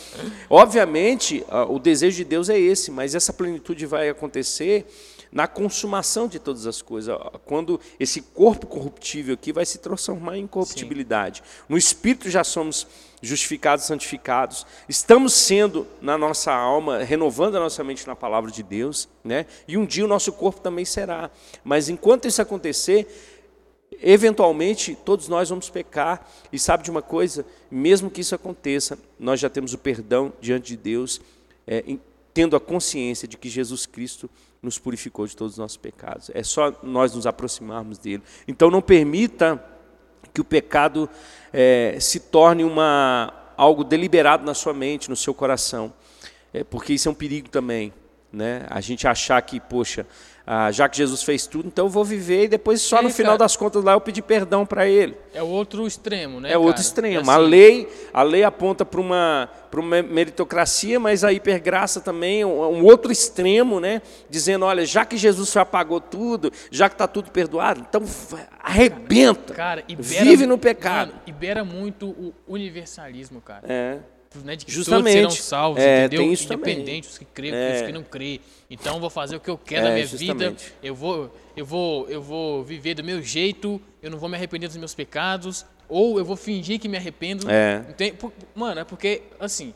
obviamente, o desejo de Deus é esse, mas essa plenitude vai acontecer na consumação de todas as coisas. Quando esse corpo corruptível aqui vai se transformar em incorruptibilidade. Sim. No Espírito já somos justificados, santificados. Estamos sendo, na nossa alma, renovando a nossa mente na palavra de Deus, né? E um dia o nosso corpo também será. Mas enquanto isso acontecer, eventualmente todos nós vamos pecar. E sabe de uma coisa? Mesmo que isso aconteça, nós já temos o perdão diante de Deus, é, em, tendo a consciência de que Jesus Cristo nos purificou de todos os nossos pecados. É só nós nos aproximarmos dele. Então não permita que o pecado é, se torne uma, algo deliberado na sua mente, no seu coração. É, porque isso é um perigo também, né? A gente achar que, poxa, ah, já que Jesus fez tudo, então eu vou viver e depois só é, no final cara, das contas lá eu pedir perdão para ele. É o outro extremo, né? É o outro extremo. Assim, a lei, a lei aponta para uma, para uma meritocracia, mas a hipergraça também é um, um outro extremo, né? Dizendo, olha, já que Jesus já pagou tudo, já que está tudo perdoado, então arrebenta, cara, ibera, vive no pecado. Mano, ibera muito o universalismo, cara. É. Né, de que justamente todos serão salvos, é, entendeu? Tem isso independente dos que creem, é. dos que não creem. Então eu vou fazer o que eu quero é, da minha justamente. vida. Eu vou, eu vou, eu vou viver do meu jeito. Eu não vou me arrepender dos meus pecados. Ou eu vou fingir que me arrependo. É. Mano, é porque assim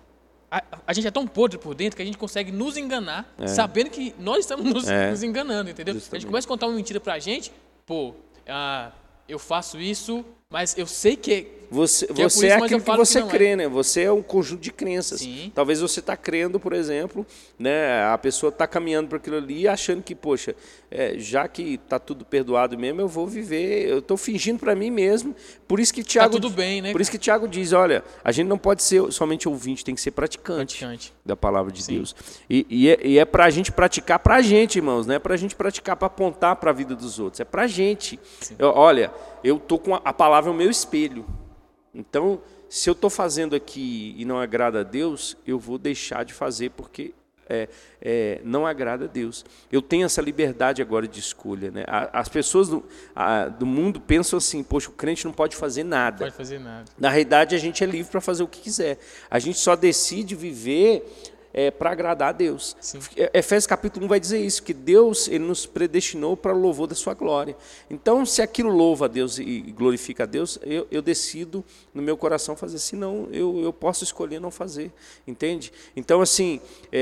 a, a gente é tão podre por dentro que a gente consegue nos enganar, é. sabendo que nós estamos nos, é. nos enganando, entendeu? Justamente. A gente começa a contar uma mentira pra gente. Pô, ah, eu faço isso, mas eu sei que Você, que você é, isso, é aquilo que você que crê, é. né? Você é um conjunto de crenças. Sim. Talvez você está crendo, por exemplo, né? A pessoa está caminhando para aquilo ali achando que, poxa, é, já que está tudo perdoado mesmo, eu vou viver, eu estou fingindo para mim mesmo. Por isso que Tiago, tá tudo bem, né, por isso que Tiago diz, olha, a gente não pode ser somente ouvinte, tem que ser praticante, praticante. da palavra de Sim. Deus. E, e é, e é para a gente praticar para a gente, irmãos, não é para a gente praticar para apontar para a vida dos outros, é para a gente. Eu, olha, eu estou com a, a palavra no meu espelho. Então, se eu estou fazendo aqui e não agrada a Deus, eu vou deixar de fazer porque é, é, não agrada a Deus. Eu tenho essa liberdade agora de escolha, né? As pessoas do, a, do mundo pensam assim, poxa, o crente não pode fazer nada. Não pode fazer nada. Na realidade, a gente é livre para fazer o que quiser. A gente só decide viver... É, para agradar a Deus. Sim. Efésios capítulo um vai dizer isso, que Deus ele nos predestinou para o louvor da sua glória. Então, se aquilo louva a Deus e glorifica a Deus, eu, eu decido no meu coração fazer, senão eu, eu posso escolher não fazer, entende? Então, assim,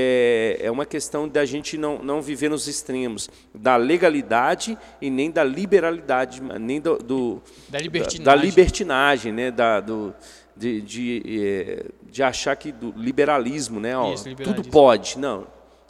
é, é uma questão da gente não, não viver nos extremos da legalidade e nem da liberalidade, nem do, do, da libertinagem, da, da libertinagem, né? da, do, De, de, de achar que do liberalismo, né? Ó, Isso, liberalismo. Tudo pode. Não.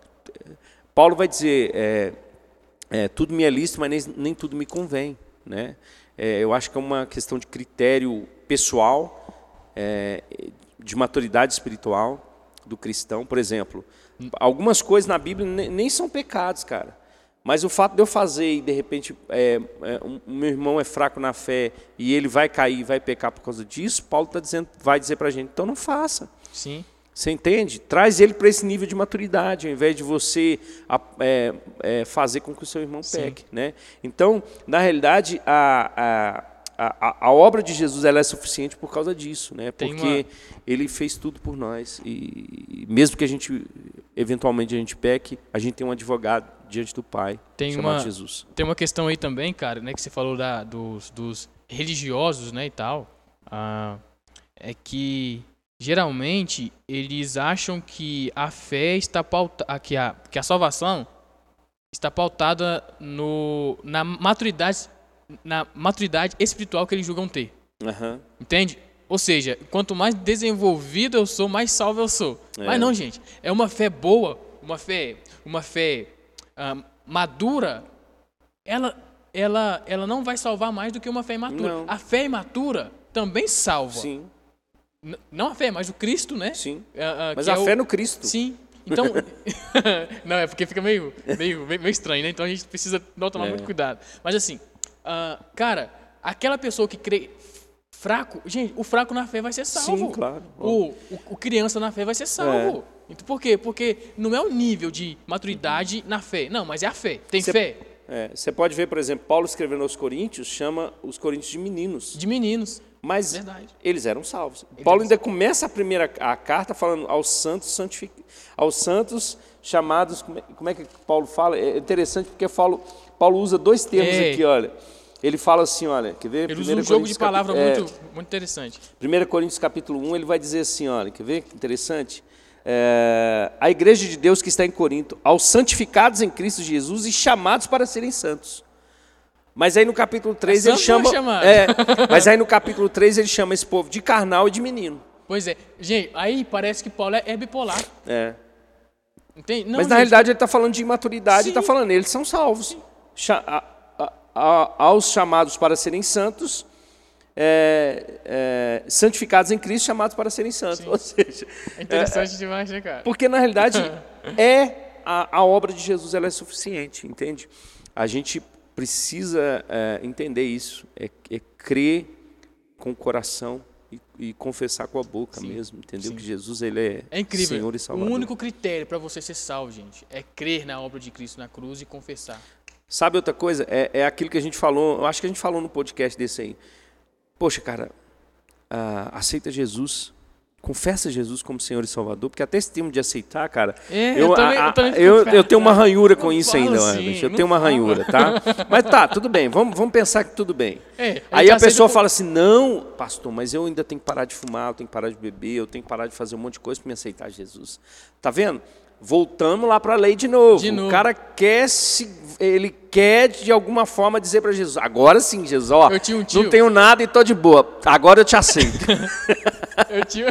Paulo vai dizer, é, é, tudo me é lícito, mas nem, nem tudo me convém. Né? É, eu acho que é uma questão de critério pessoal, é, de maturidade espiritual do cristão. Por exemplo, algumas coisas na Bíblia nem, nem são pecados, cara. Mas o fato de eu fazer e, de repente, é, é, um, meu irmão é fraco na fé e ele vai cair, vai pecar por causa disso, Paulo tá dizendo, vai dizer para a gente, então não faça. Sim. Você entende? Traz ele para esse nível de maturidade, ao invés de você é, é, fazer com que o seu irmão peque. Né? Então, na realidade, a... a A, a obra de Jesus ela é suficiente por causa disso, né? Porque uma... ele fez tudo por nós e, e mesmo que a gente eventualmente a gente peque, a gente tem um advogado diante do Pai, tem chamado uma, Jesus. Tem uma questão aí também, cara, né, que você falou da, dos, dos religiosos, né, e tal, ah, é que geralmente, eles acham que a fé está pautada, que a, que a salvação está pautada no, na maturidade, na maturidade espiritual que eles julgam ter. Uhum. Entende? Ou seja, quanto mais desenvolvido eu sou, mais salvo eu sou. É. Mas não, gente. É uma fé boa, uma fé, uma fé uh, madura, ela, ela, ela não vai salvar mais do que uma fé imatura. Não. A fé imatura também salva. Sim. N- não a fé, mas o Cristo, né? Sim. Uh, uh, mas a é fé o... no Cristo. Sim. Então, não, é porque fica meio, meio, meio estranho, né? Então a gente precisa não tomar é. muito cuidado. Mas assim, uh, cara, aquela pessoa que crê fraco, gente, o fraco na fé vai ser salvo. Sim, claro. O, o, o criança na fé vai ser salvo. É. Então, por quê? Porque não é o nível de maturidade uhum. na fé. Não, mas é a fé. Tem cê, fé. É, você pode ver, por exemplo, Paulo escrevendo aos Coríntios, chama os Coríntios de meninos. De meninos. Mas Verdade. eles eram salvos. Eles Paulo ainda começa a primeira a carta falando aos santos santific... aos santos chamados, como é, como é que Paulo fala? É interessante porque Paulo, Paulo usa dois termos Ei. aqui, olha. Ele fala assim, olha, quer ver? Ele usa um jogo de palavras cap... muito, é, muito interessante. primeira Coríntios capítulo um, ele vai dizer assim, olha, quer ver que interessante? É, a igreja de Deus que está em Corinto, aos santificados em Cristo Jesus e chamados para serem santos. Mas aí no capítulo três é ele chama. É, mas aí no capítulo três ele chama esse povo de carnal e de menino. Pois é. Gente, aí parece que Paulo é bipolar. É. Entende? Não, mas na gente... realidade ele está falando de imaturidade e está falando, eles são salvos. Cha- a, a, a, aos chamados para serem santos, é, é, santificados em Cristo, chamados para serem santos. Sim. Ou seja, é interessante é, demais, né, cara? Porque na realidade é a, a obra de Jesus, ela é suficiente, entende? A gente precisa é, entender isso, é, é crer com o coração e, e confessar com a boca. Sim, mesmo, entendeu? Sim. Que Jesus ele é, é incrível. Senhor e Salvador. O único critério para você ser salvo, gente, é crer na obra de Cristo na cruz e confessar. Sabe outra coisa? É, é aquilo que a gente falou, eu acho que a gente falou no podcast desse aí. Poxa, cara, uh, aceita Jesus. Confessa Jesus como Senhor e Salvador, porque até esse termo de aceitar, cara, é, eu, eu, também, a, a, eu, também eu, eu tenho uma ranhura com não isso ainda, assim, bicho, eu tenho uma ranhura, tá? Mas tá, tudo bem, vamos, vamos pensar que tudo bem. É, aí a pessoa fala assim, não, pastor, mas eu ainda tenho que parar de fumar, eu tenho que parar de beber, eu tenho que parar de fazer um monte de coisa para me aceitar Jesus. Tá vendo? Voltamos lá para a lei de novo. de novo. O cara quer se, ele quer de alguma forma dizer para Jesus, agora sim, Jesus, ó, eu tinha um tio. não tenho nada e tô de boa, agora eu te aceito. Eu tinha...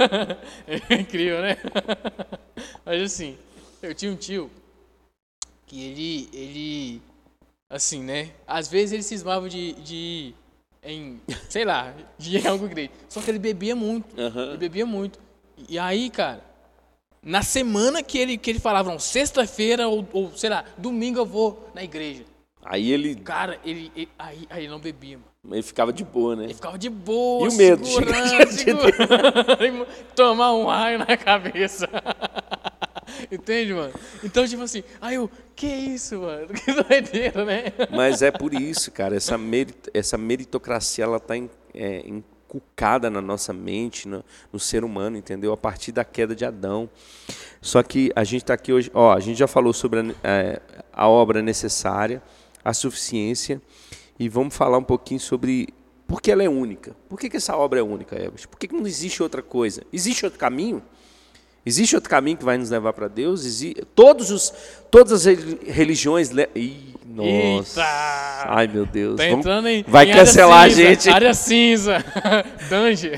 É incrível, né? Mas assim, eu tinha um tio que ele, ele assim, né? Às vezes ele cismava de, de em, sei lá, de ir em algo igreja. Só que ele bebia muito, uhum. ele bebia muito. E aí, cara, na semana que ele, que ele falava, sexta-feira ou, ou, sei lá, domingo eu vou na igreja. Aí ele... Cara, ele, ele aí, aí ele não bebia, mano. Ele ficava de boa, né? Ele ficava de boa, e o medo? segurando, segurando tomar um raio na cabeça. Entende, mano? Então, tipo assim, aí eu, que isso, mano? Que doideira, né? Mas é por isso, cara, essa, merit, essa meritocracia, ela tá em, é, encucada na nossa mente, no, no ser humano, entendeu? A partir da queda de Adão. Só que a gente tá aqui hoje, ó, a gente já falou sobre a, é, a obra necessária, a suficiência, e vamos falar um pouquinho sobre por que ela é única. Por que, que essa obra é única, Elvis? Por que, que não existe outra coisa? Existe outro caminho? Existe outro caminho que vai nos levar para Deus? Existe... Todos os, todas as religiões... Le... Ih, nossa! Eita! Ai, meu Deus. Tá entrando em, vai em cancelar área cinza, a gente. Área cinza. Dungeon.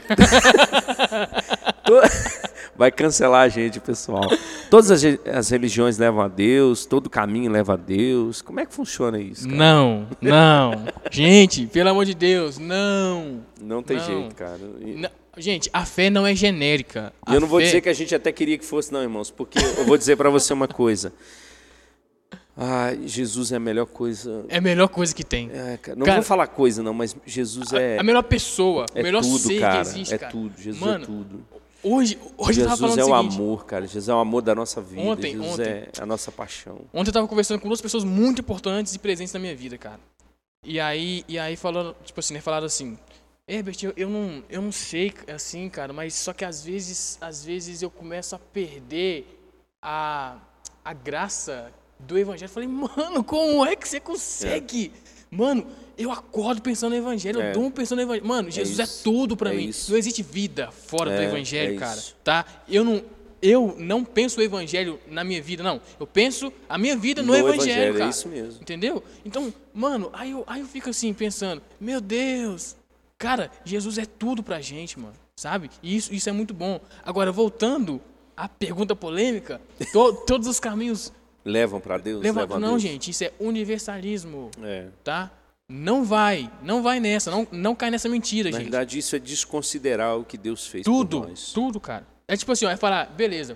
Vai cancelar a gente, pessoal. Todas as, as religiões levam a Deus, todo caminho leva a Deus. Como é que funciona isso, cara? Não, não. Gente, pelo amor de Deus, não. Não tem não. jeito, cara. E... Não. Gente, a fé não é genérica. E eu não vou fé... dizer que a gente até queria que fosse, não, irmãos, porque eu vou dizer para você uma coisa. Ah, Jesus é a melhor coisa. É a melhor coisa que tem. É, cara, não cara, vou falar coisa, não, mas Jesus é... A melhor pessoa, é o melhor tudo, ser cara, que existe, é cara. tudo, Jesus Mano, é tudo. Hoje, hoje eu tava falando Jesus é o seguinte, amor, cara. Jesus é o amor da nossa vida. Ontem, Jesus ontem, é a nossa paixão. Ontem eu tava conversando com duas pessoas muito importantes e presentes na minha vida, cara. E aí, e aí falando, tipo assim, né, falaram assim... Herbert, eu, eu, não, eu não sei, assim, cara, mas só que às vezes, às vezes eu começo a perder a, a graça do evangelho. Eu falei, mano, como é que você consegue? É. Mano, eu acordo pensando no evangelho, é. eu durmo pensando no evangelho. Mano, Jesus é, é tudo pra é mim. Isso. Não existe vida fora é, do evangelho, é cara. Tá? Eu não, eu não penso o evangelho na minha vida, não. Eu penso a minha vida no, no evangelho, evangelho, cara. É isso mesmo. Entendeu? Então, mano, aí eu, aí eu fico assim, pensando, meu Deus, cara, Jesus é tudo pra gente, mano. Sabe? E isso, isso é muito bom. Agora, voltando à pergunta polêmica, to, todos os caminhos... Levam para Deus? Levam, levam não, Deus. gente, isso é universalismo. É. Tá? Não vai, não vai nessa, não, não cai nessa mentira, Na gente. Na verdade, isso é desconsiderar o que Deus fez tudo, por nós. Tudo, cara. É tipo assim, ó, é falar, beleza,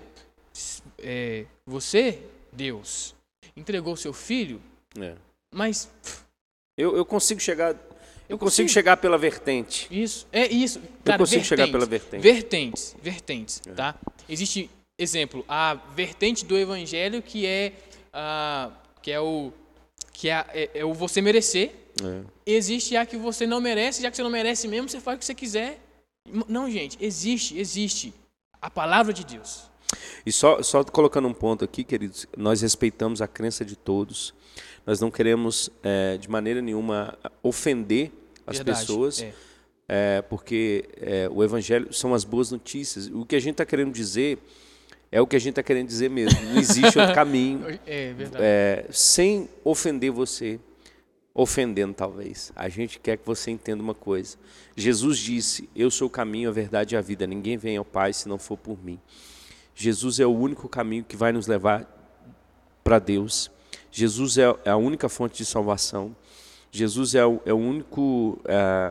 é, você, Deus, entregou seu filho, é. mas... Eu, eu consigo chegar... Eu consigo, consigo chegar pela vertente. Isso, é isso. Cara, eu consigo vertentes, chegar pela vertente. Vertentes, vertentes, é. tá? Existe, exemplo, a vertente do evangelho que é, uh, que é, o, que é, é, é o você merecer. É. Existe a que você não merece, já que você não merece mesmo, você faz o que você quiser. Não, gente, existe, existe a palavra de Deus. E só, só colocando um ponto aqui, queridos, nós respeitamos a crença de todos. Nós não queremos, é, de maneira nenhuma, ofender as Verdade, pessoas, é. É, porque é, o Evangelho são as boas notícias. O que a gente está querendo dizer é o que a gente está querendo dizer mesmo. Não existe outro caminho, é, verdade. É, sem ofender você, ofendendo talvez. A gente quer que você entenda uma coisa. Jesus disse, eu sou o caminho, a verdade e a vida. Ninguém vem ao Pai se não for por mim. Jesus é o único caminho que vai nos levar para Deus. Jesus é a única fonte de salvação. Jesus é o, é o único é,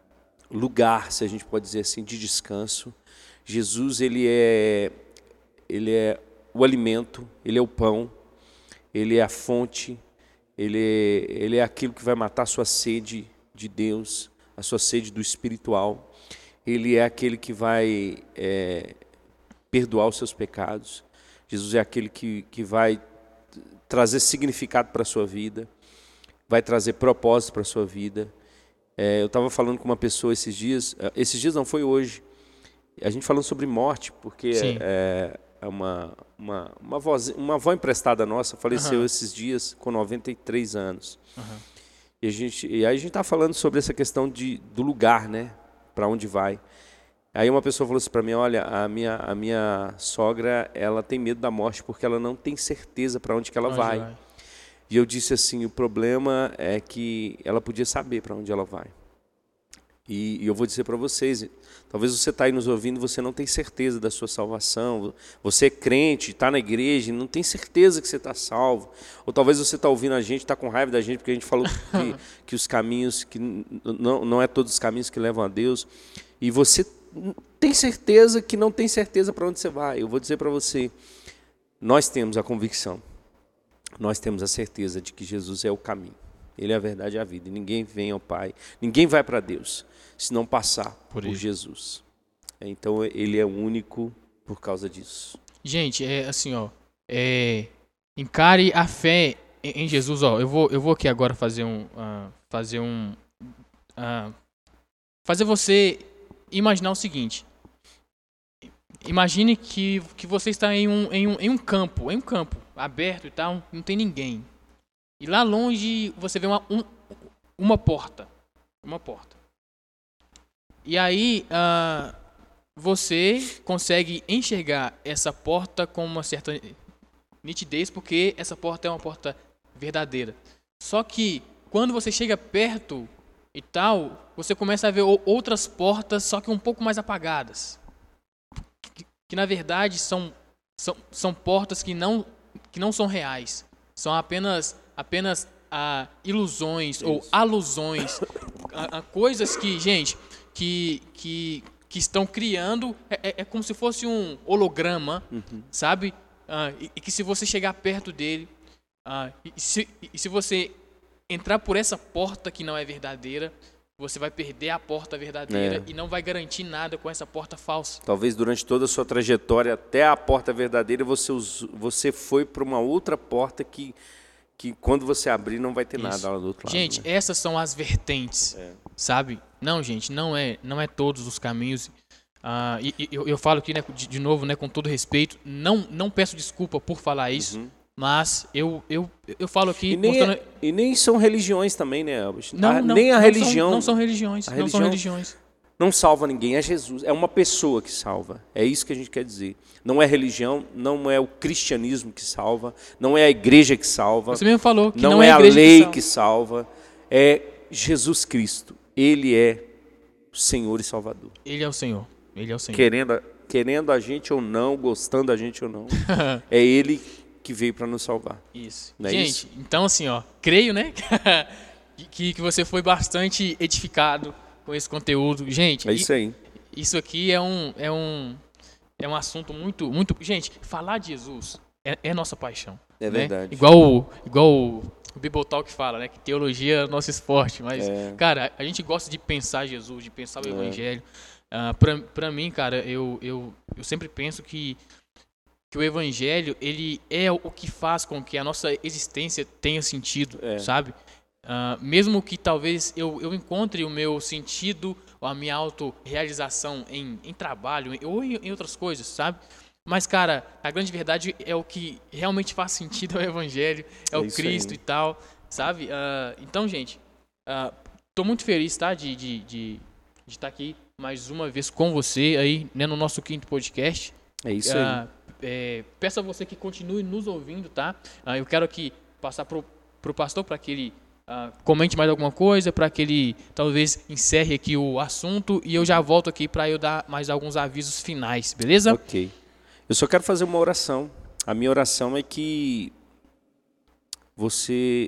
lugar, se a gente pode dizer assim, de descanso. Jesus, ele é, ele é o alimento, ele é o pão, ele é a fonte, ele é, ele é aquilo que vai matar a sua sede de Deus, a sua sede do espiritual. Ele é aquele que vai é, perdoar os seus pecados. Jesus é aquele que, que vai trazer significado para a sua vida, vai trazer propósito para a sua vida. É, eu estava falando com uma pessoa esses dias, esses dias não, foi hoje, a gente falando sobre morte, porque é, é uma, uma, uma, voz, uma avó emprestada nossa faleceu uhum. esses dias com noventa e três anos. Uhum. E, a gente, e aí a gente estava falando sobre essa questão de, do lugar, né, para onde vai. Aí uma pessoa falou assim para mim, olha, a minha, a minha sogra, ela tem medo da morte porque ela não tem certeza para onde que ela vai. vai. E eu disse assim, o problema é que ela podia saber para onde ela vai. E, e eu vou dizer para vocês, talvez você está aí nos ouvindo, você não tem certeza da sua salvação, você é crente, está na igreja, não tem certeza que você está salvo. Ou talvez você está ouvindo a gente, está com raiva da gente, porque a gente falou que, que os caminhos, que não, não é todos os caminhos que levam a Deus. E você tem certeza que não tem certeza para onde você vai. Eu vou dizer para você, nós temos a convicção, nós temos a certeza de que Jesus é o caminho. Ele é a verdade e a vida. E ninguém vem ao Pai, ninguém vai para Deus se não passar por, por Jesus. Então ele é único por causa disso. Gente, é assim, ó, é, encare a fé em Jesus. Ó, eu vou, eu vou aqui agora fazer um, uh, fazer um, uh, fazer você imaginar o seguinte. Imagine que, que você está em um, em, um, em um campo, em um campo aberto e tal, não tem ninguém. E lá longe você vê uma, um, uma porta. Uma porta. E aí uh, você consegue enxergar essa porta com uma certa nitidez, porque essa porta é uma porta verdadeira. Só que quando você chega perto e tal, você começa a ver outras portas, só que um pouco mais apagadas. Que, que na verdade são, são, são portas que não, que não são reais. São apenas, apenas ah, ilusões Isso. ou alusões. a, a coisas que, gente, que, que, que estão criando. É, é como se fosse um holograma, uhum. sabe? Ah, e, e que se você chegar perto dele, ah, e, se, e se você entrar por essa porta que não é verdadeira, você vai perder a porta verdadeira é. e não vai garantir nada com essa porta falsa. Talvez durante toda a sua trajetória até a porta verdadeira, você, você foi para uma outra porta que, que quando você abrir não vai ter Isso. nada lá do outro lado. Gente, né? Essas são as vertentes, é. sabe? Não, gente, não é, não é todos os caminhos. Ah, e, e eu, eu falo aqui, né, de, de novo, né, com todo respeito, não, não peço desculpa por falar isso, uhum. Mas eu, eu, eu falo aqui... E nem, mostrando... é, e nem são religiões também, né, Elvis? Não, a, não, nem a não religião... São, não são religiões, a não religião são religiões. Não salva ninguém, é Jesus. É uma pessoa que salva. É isso que a gente quer dizer. Não é religião, não é o cristianismo que salva, não é a igreja que salva. Você mesmo falou que não, não é, é a, a igreja lei que salva. que salva. É Jesus Cristo. Ele é o Senhor e Salvador. Ele é o Senhor. Ele é o Senhor. Querendo, querendo a gente ou não, gostando da gente ou não, é Ele que veio para nos salvar. Isso. Não é gente, isso? então assim, ó, creio, né, que, que você foi bastante edificado com esse conteúdo. Gente, é isso aí. Isso aqui é um, é um, é um assunto muito, muito... Gente, falar de Jesus é, é nossa paixão. É né? verdade. Igual, igual o, o Bible Talk fala, né? Que teologia é nosso esporte. Mas, É. cara, a gente gosta de pensar Jesus, de pensar o É. Evangelho. Uh, pra, pra mim, cara, eu, eu, eu sempre penso que, que o Evangelho, ele é o que faz com que a nossa existência tenha sentido, É. sabe? Uh, mesmo que talvez eu, eu encontre o meu sentido ou a minha autorrealização em, em trabalho em, ou em, em outras coisas, sabe? Mas, cara, a grande verdade é o que realmente faz sentido, é o Evangelho, é, É o isso Cristo aí. e tal, sabe? Uh, então, gente, uh, tô muito feliz, tá? De de, de, de estar aqui mais uma vez com você aí, né, no nosso quinto podcast. É isso Uh, aí. é, peço a você que continue nos ouvindo, tá? Uh, eu quero aqui passar pro, pro pastor para que ele Uh, comente mais alguma coisa, para que ele talvez encerre aqui o assunto e eu já volto aqui para eu dar mais alguns avisos finais, beleza? Ok. Eu só quero fazer uma oração. A minha oração é que você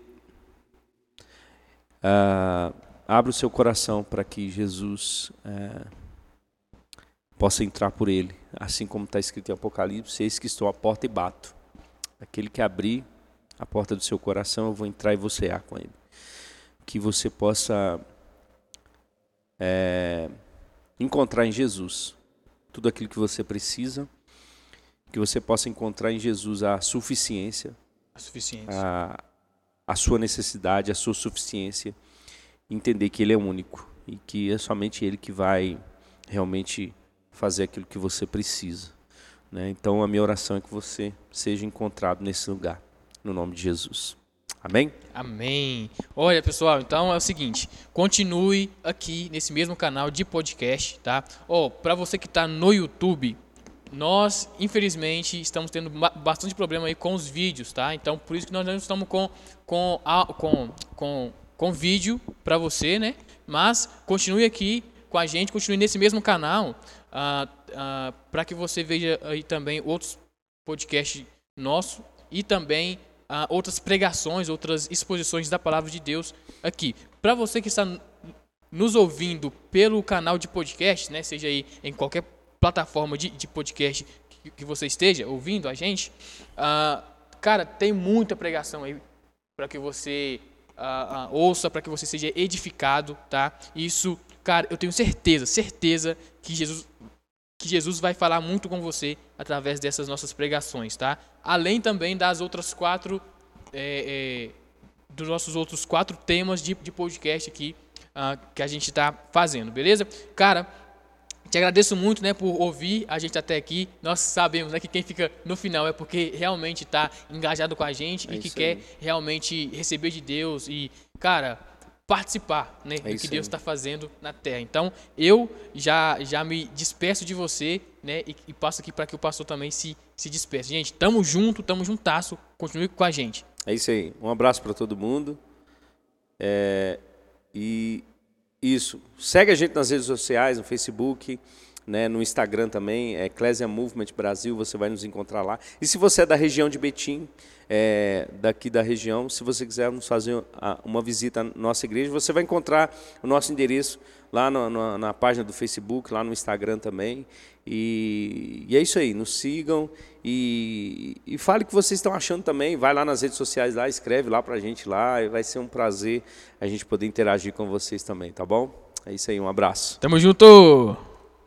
uh, abra o seu coração para que Jesus uh, possa entrar por ele. Assim como está escrito em Apocalipse, eis que estou à porta e bato. Aquele que abrir a porta do seu coração, eu vou entrar e vou cear com ele. Que você possa é, encontrar em Jesus tudo aquilo que você precisa, que você possa encontrar em Jesus a suficiência, a, suficiência. a, a sua necessidade, a sua suficiência, entender que Ele é único e que é somente Ele que vai realmente fazer aquilo que você precisa. Né? Então a minha oração é que você seja encontrado nesse lugar, no nome de Jesus. Amém? Amém. Olha, pessoal, então é o seguinte, continue aqui nesse mesmo canal de podcast, tá? Ó, para você que está no YouTube, nós, infelizmente, estamos tendo bastante problema aí com os vídeos, tá? Então, por isso que nós não estamos com, com, com, com, com vídeo para você, né? Mas continue aqui com a gente, continue nesse mesmo canal, uh, uh, para que você veja aí também outros podcasts nossos e também Uh, outras pregações, outras exposições da palavra de Deus aqui. Para você que está nos ouvindo pelo canal de podcast, né, seja aí em qualquer plataforma de, de podcast que, que você esteja ouvindo a gente, uh, cara, tem muita pregação aí para que você uh, uh, ouça, para que você seja edificado, tá? Isso, cara, eu tenho certeza, certeza que Jesus que Jesus vai falar muito com você através dessas nossas pregações, tá? Além também das outras quatro, é, é, dos nossos outros quatro temas de, de podcast aqui uh, que a gente está fazendo, beleza? Cara, te agradeço muito, né, por ouvir a gente até aqui. Nós sabemos, né, que quem fica no final é porque realmente está engajado com a gente é e que quer aí. realmente receber de Deus e, cara, participar, né, é do que Deus está fazendo na Terra. Então, eu já, já me despeço de você, né, e, e passo aqui para que o pastor também se, se despeça. Gente, tamo junto, tamo juntasso, continue com a gente. É isso aí. Um abraço para todo mundo. É, e isso. Segue a gente nas redes sociais, no Facebook, né, no Instagram também, é Ecclesia Movement Brasil, você vai nos encontrar lá. E se você é da região de Betim, é, daqui da região, se você quiser nos fazer uma visita à nossa igreja, você vai encontrar o nosso endereço lá no, no, na página do Facebook, lá no Instagram também. E, e é isso aí, nos sigam e, e fale o que vocês estão achando também. Vai lá nas redes sociais, lá, escreve lá pra gente lá, e vai ser um prazer a gente poder interagir com vocês também, tá bom? É isso aí, um abraço. Tamo junto!